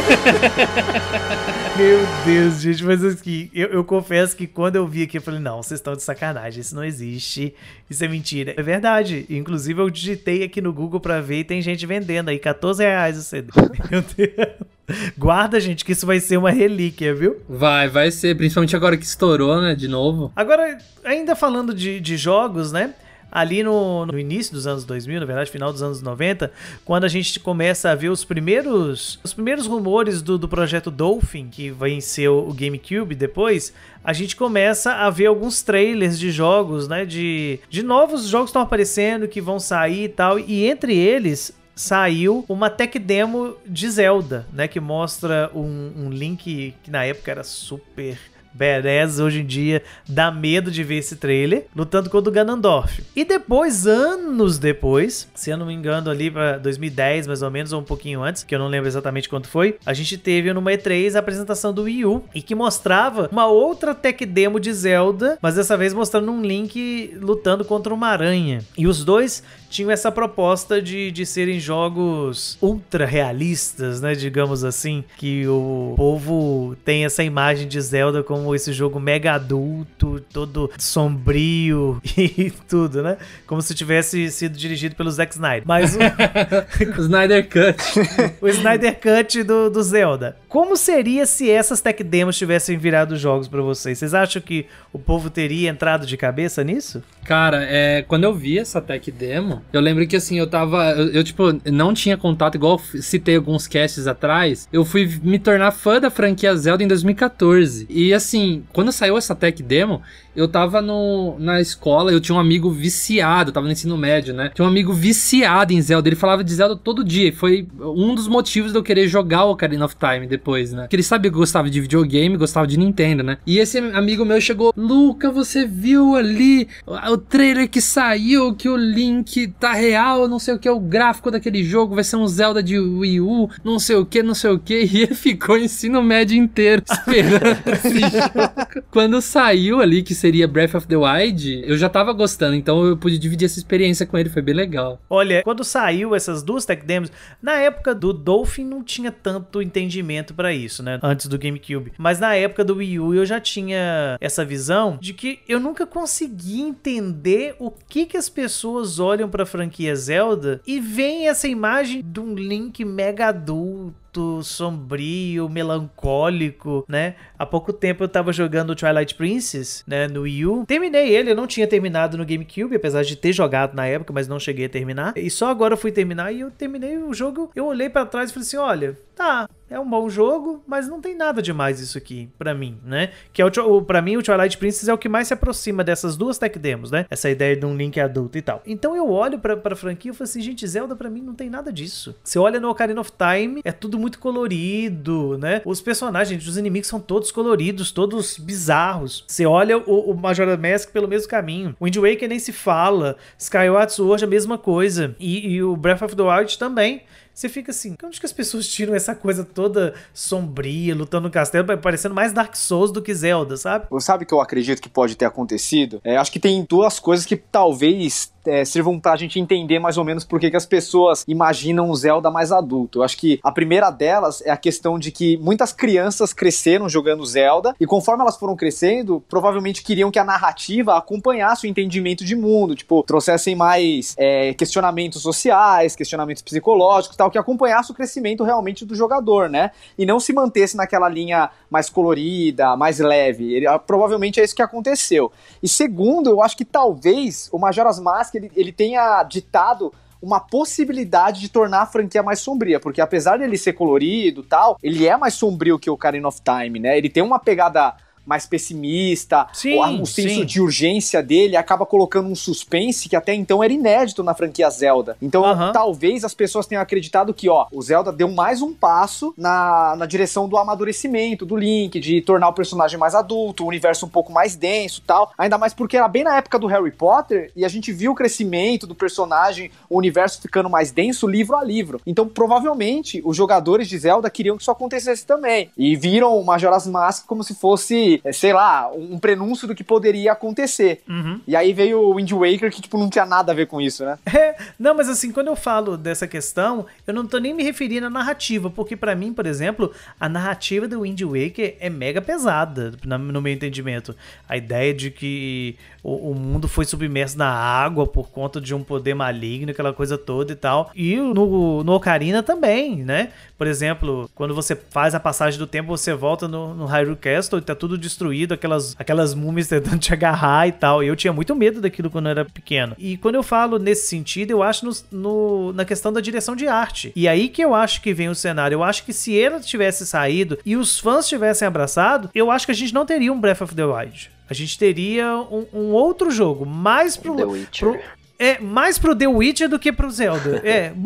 Meu Deus, gente, mas aqui, eu confesso que quando eu vi aqui, eu falei, não, vocês estão de sacanagem, isso não existe, isso é mentira. É verdade, inclusive eu digitei aqui no Google pra ver e tem gente vendendo aí, R$14 o CD. Meu Deus. Guarda, gente, que isso vai ser uma relíquia, viu?
Vai ser, principalmente agora que estourou, né, de novo.
Agora, ainda falando de jogos, né? Ali no início dos anos 2000, na verdade, final dos anos 90, quando a gente começa a ver os primeiros rumores do projeto Dolphin, que vai ser o GameCube depois, a gente começa a ver alguns trailers de jogos, né? De novos jogos que estão aparecendo, que vão sair e tal, e entre eles saiu uma tech demo de Zelda, né? Que mostra um Link que na época era super badass, hoje em dia dá medo de ver esse trailer, lutando contra o Ganondorf. E depois, anos depois, se eu não me engano ali pra 2010 mais ou menos, ou um pouquinho antes, que eu não lembro exatamente quanto foi, a gente teve numa E3 a apresentação do Wii U, e que mostrava uma outra tech demo de Zelda, mas dessa vez mostrando um Link lutando contra uma aranha. E os dois tinham essa proposta de serem jogos ultra realistas, né, digamos assim, que o povo tem essa imagem de Zelda como esse jogo mega adulto, todo sombrio e tudo, né, como se tivesse sido dirigido pelo Zack Snyder. Mas
o Snyder Cut.
O Snyder Cut do Zelda. Como seria se essas tech demos tivessem virado jogos pra vocês? Vocês acham que o povo teria entrado de cabeça nisso?
Cara, quando eu vi essa tech demo, eu lembro que assim, eu tipo, não tinha contato, igual eu citei alguns casts atrás, eu fui me tornar fã da franquia Zelda em 2014. E assim, quando saiu essa tech demo, eu tava na escola, eu tinha um amigo viciado, eu tava no ensino médio, né? Tinha um amigo viciado em Zelda, ele falava de Zelda todo dia, e foi um dos motivos de eu querer jogar o Ocarina of Time depois, né? Porque ele sabia que eu gostava de videogame, gostava de Nintendo, né? E esse amigo meu chegou, Luca, você viu ali o trailer que saiu, que o Link tá real, não sei o que, o gráfico daquele jogo vai ser um Zelda de Wii U, não sei o que, e ele ficou o ensino médio inteiro esperando esse jogo. Quando saiu ali, que seria Breath of the Wild, eu já tava gostando, então eu pude dividir essa experiência com ele, foi bem legal.
Olha, quando saiu essas duas tech demos, na época do Dolphin não tinha tanto entendimento pra isso, né? Antes do GameCube. Mas na época do Wii U eu já tinha essa visão de que eu nunca consegui entender o que as pessoas olham pra franquia Zelda e veem essa imagem de um Link mega adulto, sombrio, melancólico, né? Há pouco tempo eu tava jogando Twilight Princess, né, no Wii U. Terminei ele, eu não tinha terminado no GameCube, apesar de ter jogado na época, mas não cheguei a terminar. E só agora eu fui terminar e eu terminei o jogo, eu olhei pra trás e falei assim, olha, tá, é um bom jogo, mas não tem nada demais isso aqui, pra mim, né? Que é pra mim o Twilight Princess é o que mais se aproxima dessas duas tech demos, né? Essa ideia de um Link adulto e tal. Então eu olho pra franquia e falo assim, gente, Zelda pra mim não tem nada disso. Você olha no Ocarina of Time, é tudo muito colorido, né? Os personagens, os inimigos são todos coloridos, todos bizarros. Você olha o Majora's Mask pelo mesmo caminho. O Wind Waker nem se fala. Skyward Sword a mesma coisa. E o Breath of the Wild também. Você fica assim, onde que as pessoas tiram essa coisa toda sombria, lutando no castelo, parecendo mais Dark Souls do que Zelda, sabe?
Sabe o que eu acredito que pode ter acontecido? Acho que tem duas coisas que talvez sirvam pra gente entender mais ou menos por que as pessoas imaginam o Zelda mais adulto. Eu acho que a primeira delas é a questão de que muitas crianças cresceram jogando Zelda e conforme elas foram crescendo, provavelmente queriam que a narrativa acompanhasse o entendimento de mundo, tipo, trouxessem mais questionamentos sociais, questionamentos psicológicos, tal, que acompanhasse o crescimento realmente do jogador, né? E não se mantesse naquela linha mais colorida, mais leve. Provavelmente é isso que aconteceu. E segundo, eu acho que talvez o Majora's Mask ele tenha ditado uma possibilidade de tornar a franquia mais sombria, porque apesar dele ser colorido e tal, ele é mais sombrio que o Ocarina of Time, né? Ele tem uma pegada mais pessimista, o senso de urgência dele acaba colocando um suspense que até então era inédito na franquia Zelda. Então, talvez as pessoas tenham acreditado que, o Zelda deu mais um passo na direção do amadurecimento do Link, de tornar o personagem mais adulto, o universo um pouco mais denso e tal. Ainda mais porque era bem na época do Harry Potter e a gente viu o crescimento do personagem, o universo ficando mais denso livro a livro. Então, provavelmente, os jogadores de Zelda queriam que isso acontecesse também. E viram o Majora's Mask como se fosse sei lá, um prenúncio do que poderia acontecer. E aí veio o Wind Waker que, tipo, não tinha nada a ver com isso, né?
Não, mas assim, quando eu falo dessa questão, eu não tô nem me referindo à narrativa, porque pra mim, por exemplo, a narrativa do Wind Waker é mega pesada, no meu entendimento. A ideia de que o mundo foi submerso na água por conta de um poder maligno, aquela coisa toda e tal. E no Ocarina também, né? Por exemplo, quando você faz a passagem do tempo, você volta no Hyrule Castle e tá tudo destruído, aquelas múmias tentando te agarrar e tal. E eu tinha muito medo daquilo quando eu era pequeno. E quando eu falo nesse sentido, eu acho na questão da direção de arte. E aí que eu acho que vem o cenário. Eu acho que se ele tivesse saído e os fãs tivessem abraçado, eu acho que a gente não teria um Breath of the Wild. A gente teria um outro jogo, mais pro The Witcher. Mais pro The Witcher do que pro Zelda.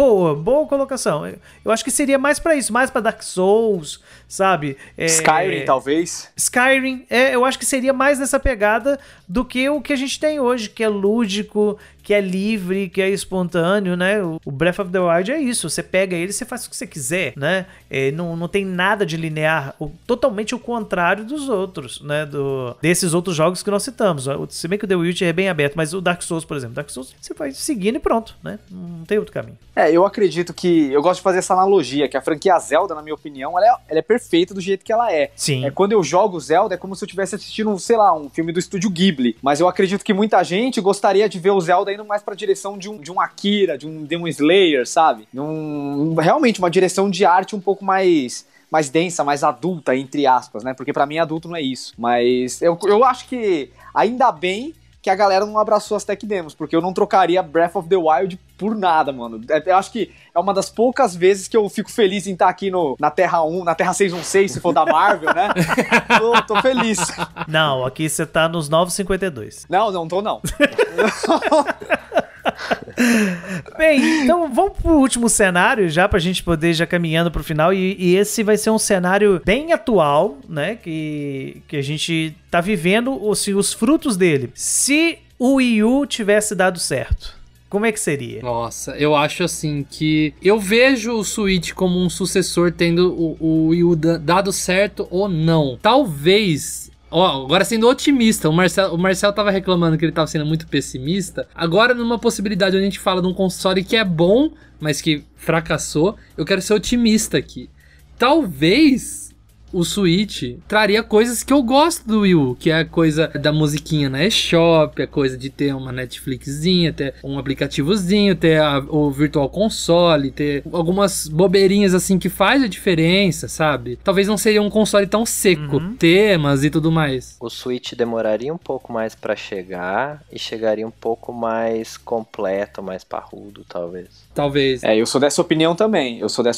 Boa colocação. Eu acho que seria mais pra isso, mais pra Dark Souls, sabe?
Skyrim, talvez.
Skyrim, eu acho que seria mais nessa pegada do que o que a gente tem hoje, que é lúdico, que é livre, que é espontâneo, né? O Breath of the Wild é isso, você pega ele e você faz o que você quiser, né? Não tem nada de linear, totalmente o contrário dos outros, né? Desses outros jogos que nós citamos. Se bem que o The Witcher é bem aberto, mas o Dark Souls, por exemplo, Dark Souls você vai seguindo e pronto, né? Não tem outro caminho.
Eu acredito que, eu gosto de fazer essa analogia, que a franquia Zelda, na minha opinião, ela é perfeita do jeito que ela é.
Sim.
Quando eu jogo Zelda, é como se eu estivesse assistindo, sei lá, um filme do estúdio Ghibli, mas eu acredito que muita gente gostaria de ver o Zelda indo mais pra direção de um Akira, de um Demon Slayer, sabe? Realmente uma direção de arte um pouco mais densa, mais adulta, entre aspas, né? Porque pra mim adulto não é isso. Mas eu acho que ainda bem que a galera não abraçou as tech demos, porque eu não trocaria Breath of the Wild por nada, mano. Eu acho que é uma das poucas vezes que eu fico feliz em estar aqui na Terra 616, se for da Marvel, né? Tô feliz.
Não, aqui você tá nos 952.
Não tô não.
Bem, então vamos pro último cenário já, pra gente poder já caminhando pro final, e esse vai ser um cenário bem atual, né, que a gente tá vivendo os frutos dele. Se o Wii U tivesse dado certo, como é que seria?
Nossa, eu acho assim que eu vejo o Switch como um sucessor tendo o Wii U dado certo ou não. Talvez Ó, agora sendo otimista, o Marcel tava reclamando que ele tava sendo muito pessimista. Agora, numa possibilidade onde a gente fala de um console que é bom, mas que fracassou, eu quero ser otimista aqui. Talvez o Switch traria coisas que eu gosto do Wii U, que é a coisa da musiquinha na eShop, a coisa de ter uma Netflixzinha, ter um aplicativozinho, ter o Virtual Console, ter algumas bobeirinhas assim que faz a diferença, sabe? Talvez não seria um console tão seco, temas e tudo mais.
O Switch demoraria um pouco mais pra chegar e chegaria um pouco mais completo, mais parrudo, talvez.
Talvez.
Eu sou dessa opinião também.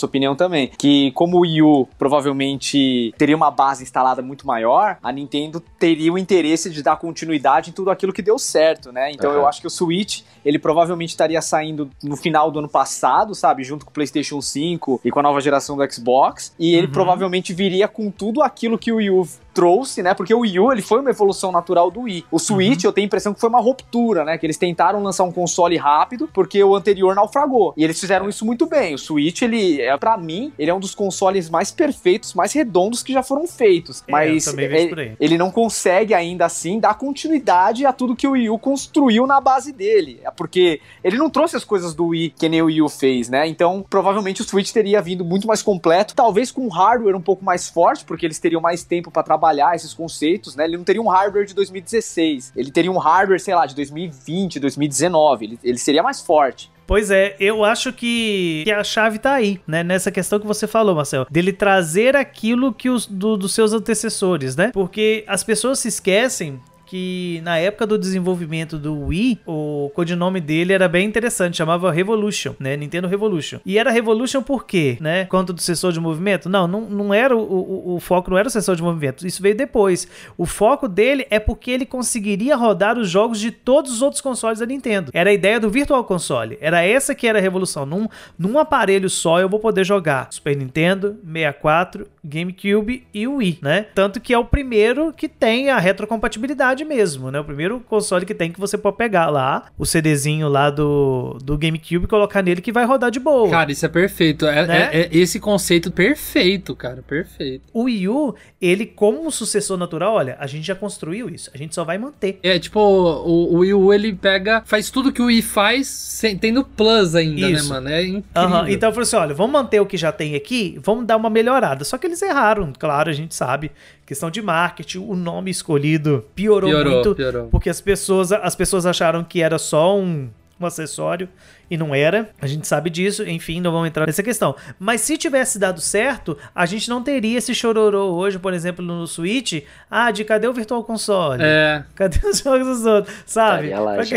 Que como o Wii U provavelmente teria uma base instalada muito maior, a Nintendo teria o interesse de dar continuidade em tudo aquilo que deu certo, né? Então eu acho que o Switch, ele provavelmente estaria saindo no final do ano passado, sabe? Junto com o PlayStation 5 e com a nova geração do Xbox. E ele provavelmente viria com tudo aquilo que o Wii U trouxe, né? Porque o Wii U, ele foi uma evolução natural do Wii. O Switch, eu tenho a impressão que foi uma ruptura, né? Que eles tentaram lançar um console rápido, porque o anterior naufragou. E eles fizeram isso muito bem. O Switch, pra mim, ele é um dos consoles mais perfeitos, mais redondos que já foram feitos. Mas ele não consegue ainda assim dar continuidade a tudo que o Wii U construiu na base dele. É porque ele não trouxe as coisas do Wii que nem o Wii U fez, né? Então, provavelmente o Switch teria vindo muito mais completo, talvez com um hardware um pouco mais forte, porque eles teriam mais tempo pra trabalhar esses conceitos, né? Ele não teria um hardware de 2016. Ele teria um hardware, sei lá, de 2020, 2019. Ele seria mais forte.
Pois é, eu acho que a chave tá aí, né? Nessa questão que você falou, Marcel. Dele trazer aquilo que dos seus antecessores, né? Porque as pessoas se esquecem que na época do desenvolvimento do Wii, o codinome dele era bem interessante, chamava Revolution, né? Nintendo Revolution. E era Revolution por quê, né? Quanto do sensor de movimento? Não era o foco, não era o sensor de movimento. Isso veio depois. O foco dele é porque ele conseguiria rodar os jogos de todos os outros consoles da Nintendo. Era a ideia do Virtual Console. Era essa que era a revolução. Num aparelho só eu vou poder jogar Super Nintendo, 64, GameCube e o Wii, né? Tanto que é o primeiro que tem a retrocompatibilidade mesmo, né? O primeiro console que tem, que você pode pegar lá o CDzinho lá do GameCube e colocar nele que vai rodar de boa.
Cara, isso é perfeito. É esse conceito perfeito, cara. Perfeito.
O Wii U, ele como um sucessor natural, olha, a gente já construiu isso. A gente só vai manter.
Tipo, o Wii U, ele faz tudo que o Wii faz tendo plus ainda,
isso,
né, mano? É incrível.
Então eu falei assim, olha, vamos manter o que já tem aqui, vamos dar uma melhorada. Só que eles erraram, claro, a gente sabe. Questão de marketing, o nome escolhido piorou muito, porque as pessoas acharam que era só um acessório e não era, a gente sabe disso, enfim, não vamos entrar nessa questão. Mas se tivesse dado certo, a gente não teria esse chororô hoje, por exemplo, no Switch, de cadê o Virtual Console? Cadê os jogos dos outros? Sabe?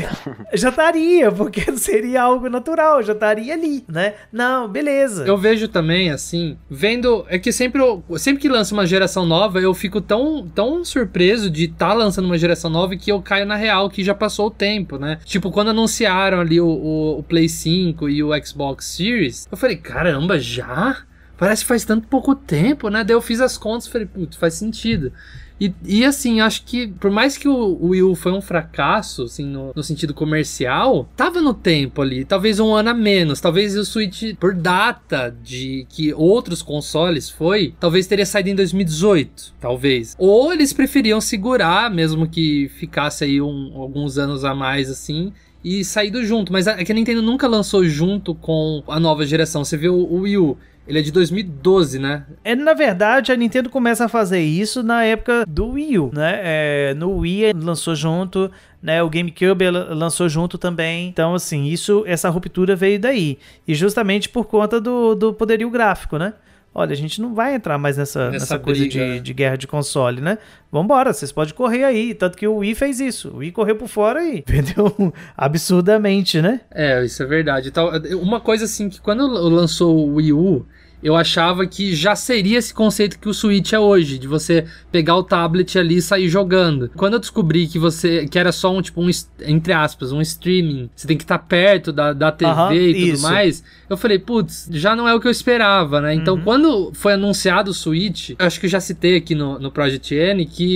Já estaria, porque seria algo natural, já estaria ali, né? Não, beleza.
Eu vejo também, assim, vendo, é que sempre que lança uma geração nova, eu fico tão surpreso de estar lançando uma geração nova que eu caio na real que já passou o tempo, né? Tipo, quando anunciaram ali o Play 5 e o Xbox Series, eu falei, caramba, já? Parece que faz tanto pouco tempo, né? Daí eu fiz as contas e falei, putz, faz sentido. E assim, acho que por mais que o Wii U foi um fracasso, assim, no sentido comercial, tava no tempo ali, talvez um ano a menos, talvez o Switch, por data de que outros consoles talvez teria saído em 2018, talvez. Ou eles preferiam segurar, mesmo que ficasse aí alguns anos a mais, assim, e saído junto, mas é que a Nintendo nunca lançou junto com a nova geração. Você vê o Wii U, ele é de 2012, né?
Na verdade, a Nintendo começa a fazer isso na época do Wii U, né? No Wii lançou junto, né? O GameCube lançou junto também. Então, assim, essa ruptura veio daí. E justamente por conta do poderio gráfico, né? Olha, a gente não vai entrar mais nessa coisa de guerra de console, né? Vambora, vocês podem correr aí. Tanto que o Wii fez isso. O Wii correu por fora e vendeu absurdamente, né?
Isso é verdade. Então, uma coisa assim, que quando lançou o Wii U, eu achava que já seria esse conceito que o Switch é hoje, de você pegar o tablet ali e sair jogando. Quando eu descobri que era só entre aspas, um streaming, você tem que estar perto da TV e tudo mais, eu falei, putz, já não é o que eu esperava, né? Então, quando foi anunciado o Switch, eu acho que eu já citei aqui no Project N que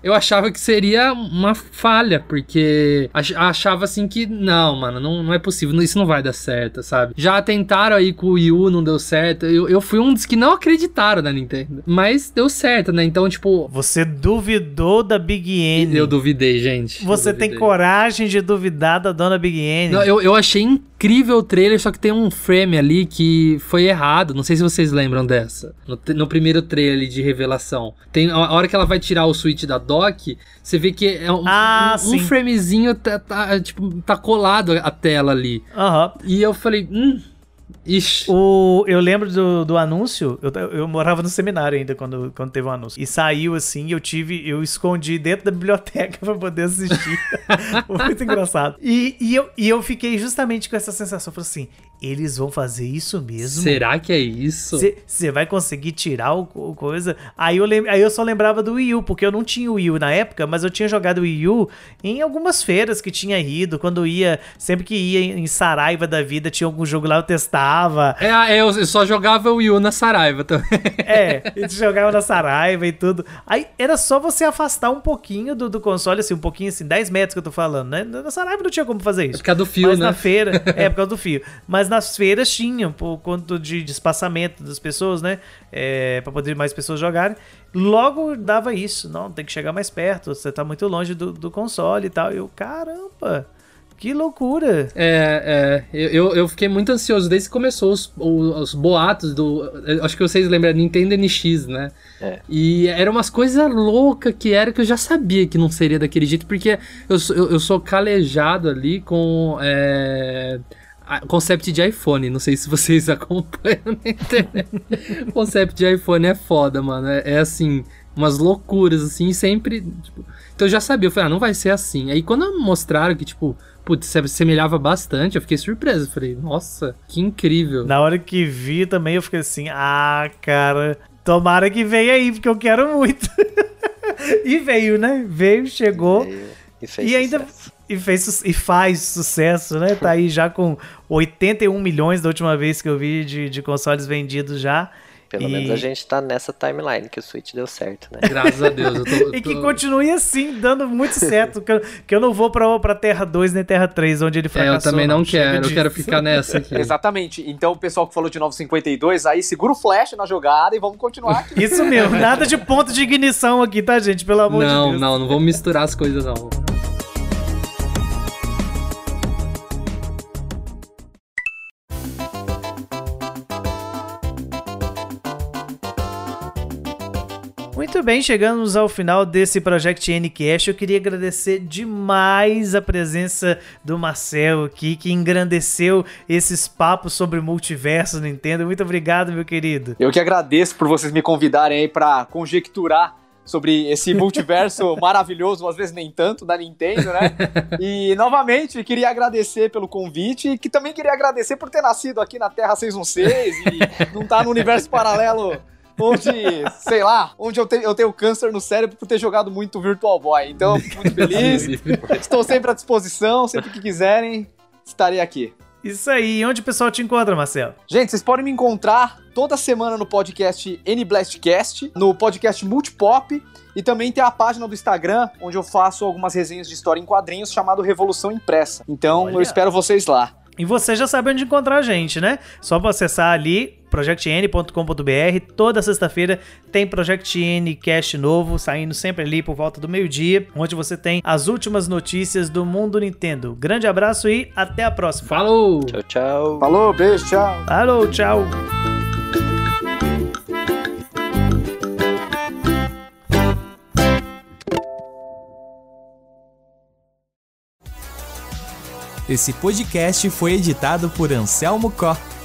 eu achava que seria uma falha, porque achava assim que, não, mano, não é possível, isso não vai dar certo, sabe? Já tentaram aí com o Wii U, não deu certo. Eu fui um dos que não acreditaram na Nintendo. Mas deu certo, né? Então, tipo...
Você duvidou da Big N.
Eu duvidei, gente.
Você tem coragem de duvidar da dona Big N.
Não, eu achei incrível o trailer, só que tem um frame ali que foi errado. Não sei se vocês lembram dessa. No primeiro trailer ali de revelação. Tem a hora que ela vai tirar o Switch da dock, você vê que é um framezinho tá colado a tela ali. E eu falei, ixi.
Eu lembro do anúncio, eu morava no seminário ainda quando teve um anúncio. E saiu assim, eu escondi dentro da biblioteca pra poder assistir. Muito engraçado. E eu fiquei justamente com essa sensação, falei assim, eles vão fazer isso mesmo?
Será que é isso?
Você vai conseguir tirar o coisa? Aí eu só lembrava do Wii U, porque eu não tinha o Wii U na época, mas eu tinha jogado o Wii U em algumas feiras que tinha ido, quando sempre que ia em Saraiva da vida, tinha algum jogo lá, eu testava.
Eu só jogava o Wii U na Saraiva também.
A gente jogava na Saraiva e tudo. Aí era só você afastar um pouquinho do console, assim, um pouquinho assim, 10 metros que eu tô falando, né? Na Saraiva não tinha como fazer isso.
É por causa do fio,
mas
né?
Na feira, por causa do fio. Mas nas feiras tinham, por conta de espaçamento das pessoas, né? Pra poder mais pessoas jogarem. Logo dava isso. Não, tem que chegar mais perto, você tá muito longe do console e tal. Eu, caramba... Que loucura!
Eu fiquei muito ansioso desde que começou os boatos acho que vocês lembram, Nintendo NX, né? E eram umas coisas loucas que eu já sabia que não seria daquele jeito, porque eu sou calejado ali com concept de iPhone. Não sei se vocês acompanham na internet. Concept de iPhone é foda, mano. É assim, umas loucuras, assim, sempre... Tipo, então eu já sabia, eu falei, não vai ser assim. Aí quando mostraram que, tipo, putz, se assemelhava bastante, eu fiquei surpreso. Eu falei, nossa, que incrível.
Na hora que vi também, eu fiquei assim, cara, tomara que venha aí, porque eu quero muito. E veio, né? Veio, chegou.
E fez sucesso.
E faz sucesso, né? Tá aí já com 81 milhões da última vez que eu vi de consoles vendidos já.
Pelo menos a gente tá nessa timeline que o Switch deu certo, né?
Graças a Deus.
E que continue assim, dando muito certo. Que eu não vou pra Terra 2 nem Terra 3, onde ele fracassou.
Eu também não quero, eu quero ficar nessa aqui.
Exatamente. Então o pessoal que falou de 952, aí segura o flash na jogada e vamos continuar aqui.
Isso mesmo, nada de ponto de ignição aqui, tá, gente? Pelo amor de Deus.
Não vamos misturar as coisas, não.
Muito bem, chegamos ao final desse Project Ncast. Eu queria agradecer demais a presença do Marcel aqui, que engrandeceu esses papos sobre multiverso Nintendo. Muito obrigado, meu querido.
Eu que agradeço por vocês me convidarem aí pra conjecturar sobre esse multiverso maravilhoso, às vezes nem tanto, da Nintendo, né? E, novamente, queria agradecer pelo convite e que também queria agradecer por ter nascido aqui na Terra 616 e não estar no universo paralelo onde, sei lá, onde eu tenho câncer no cérebro por ter jogado muito Virtual Boy. Então, muito feliz. Estou sempre à disposição, sempre que quiserem, estarei aqui.
Isso aí. E onde o pessoal te encontra, Marcelo?
Gente, vocês podem me encontrar toda semana no podcast NBlastcast, no podcast Multipop, e também tem a página do Instagram, onde eu faço algumas resenhas de história em quadrinhos, chamado Revolução Impressa. Então, eu espero vocês lá.
E você já sabe onde encontrar a gente, né? Só pra acessar ali, projectn.com.br. Toda sexta-feira tem Project N Cast novo, saindo sempre ali por volta do meio-dia, onde você tem as últimas notícias do mundo Nintendo. Grande abraço e até a próxima.
Falou!
Tchau, tchau.
Falou, beijo, tchau.
Falou, tchau.
Esse podcast foi editado por Anselmo Có.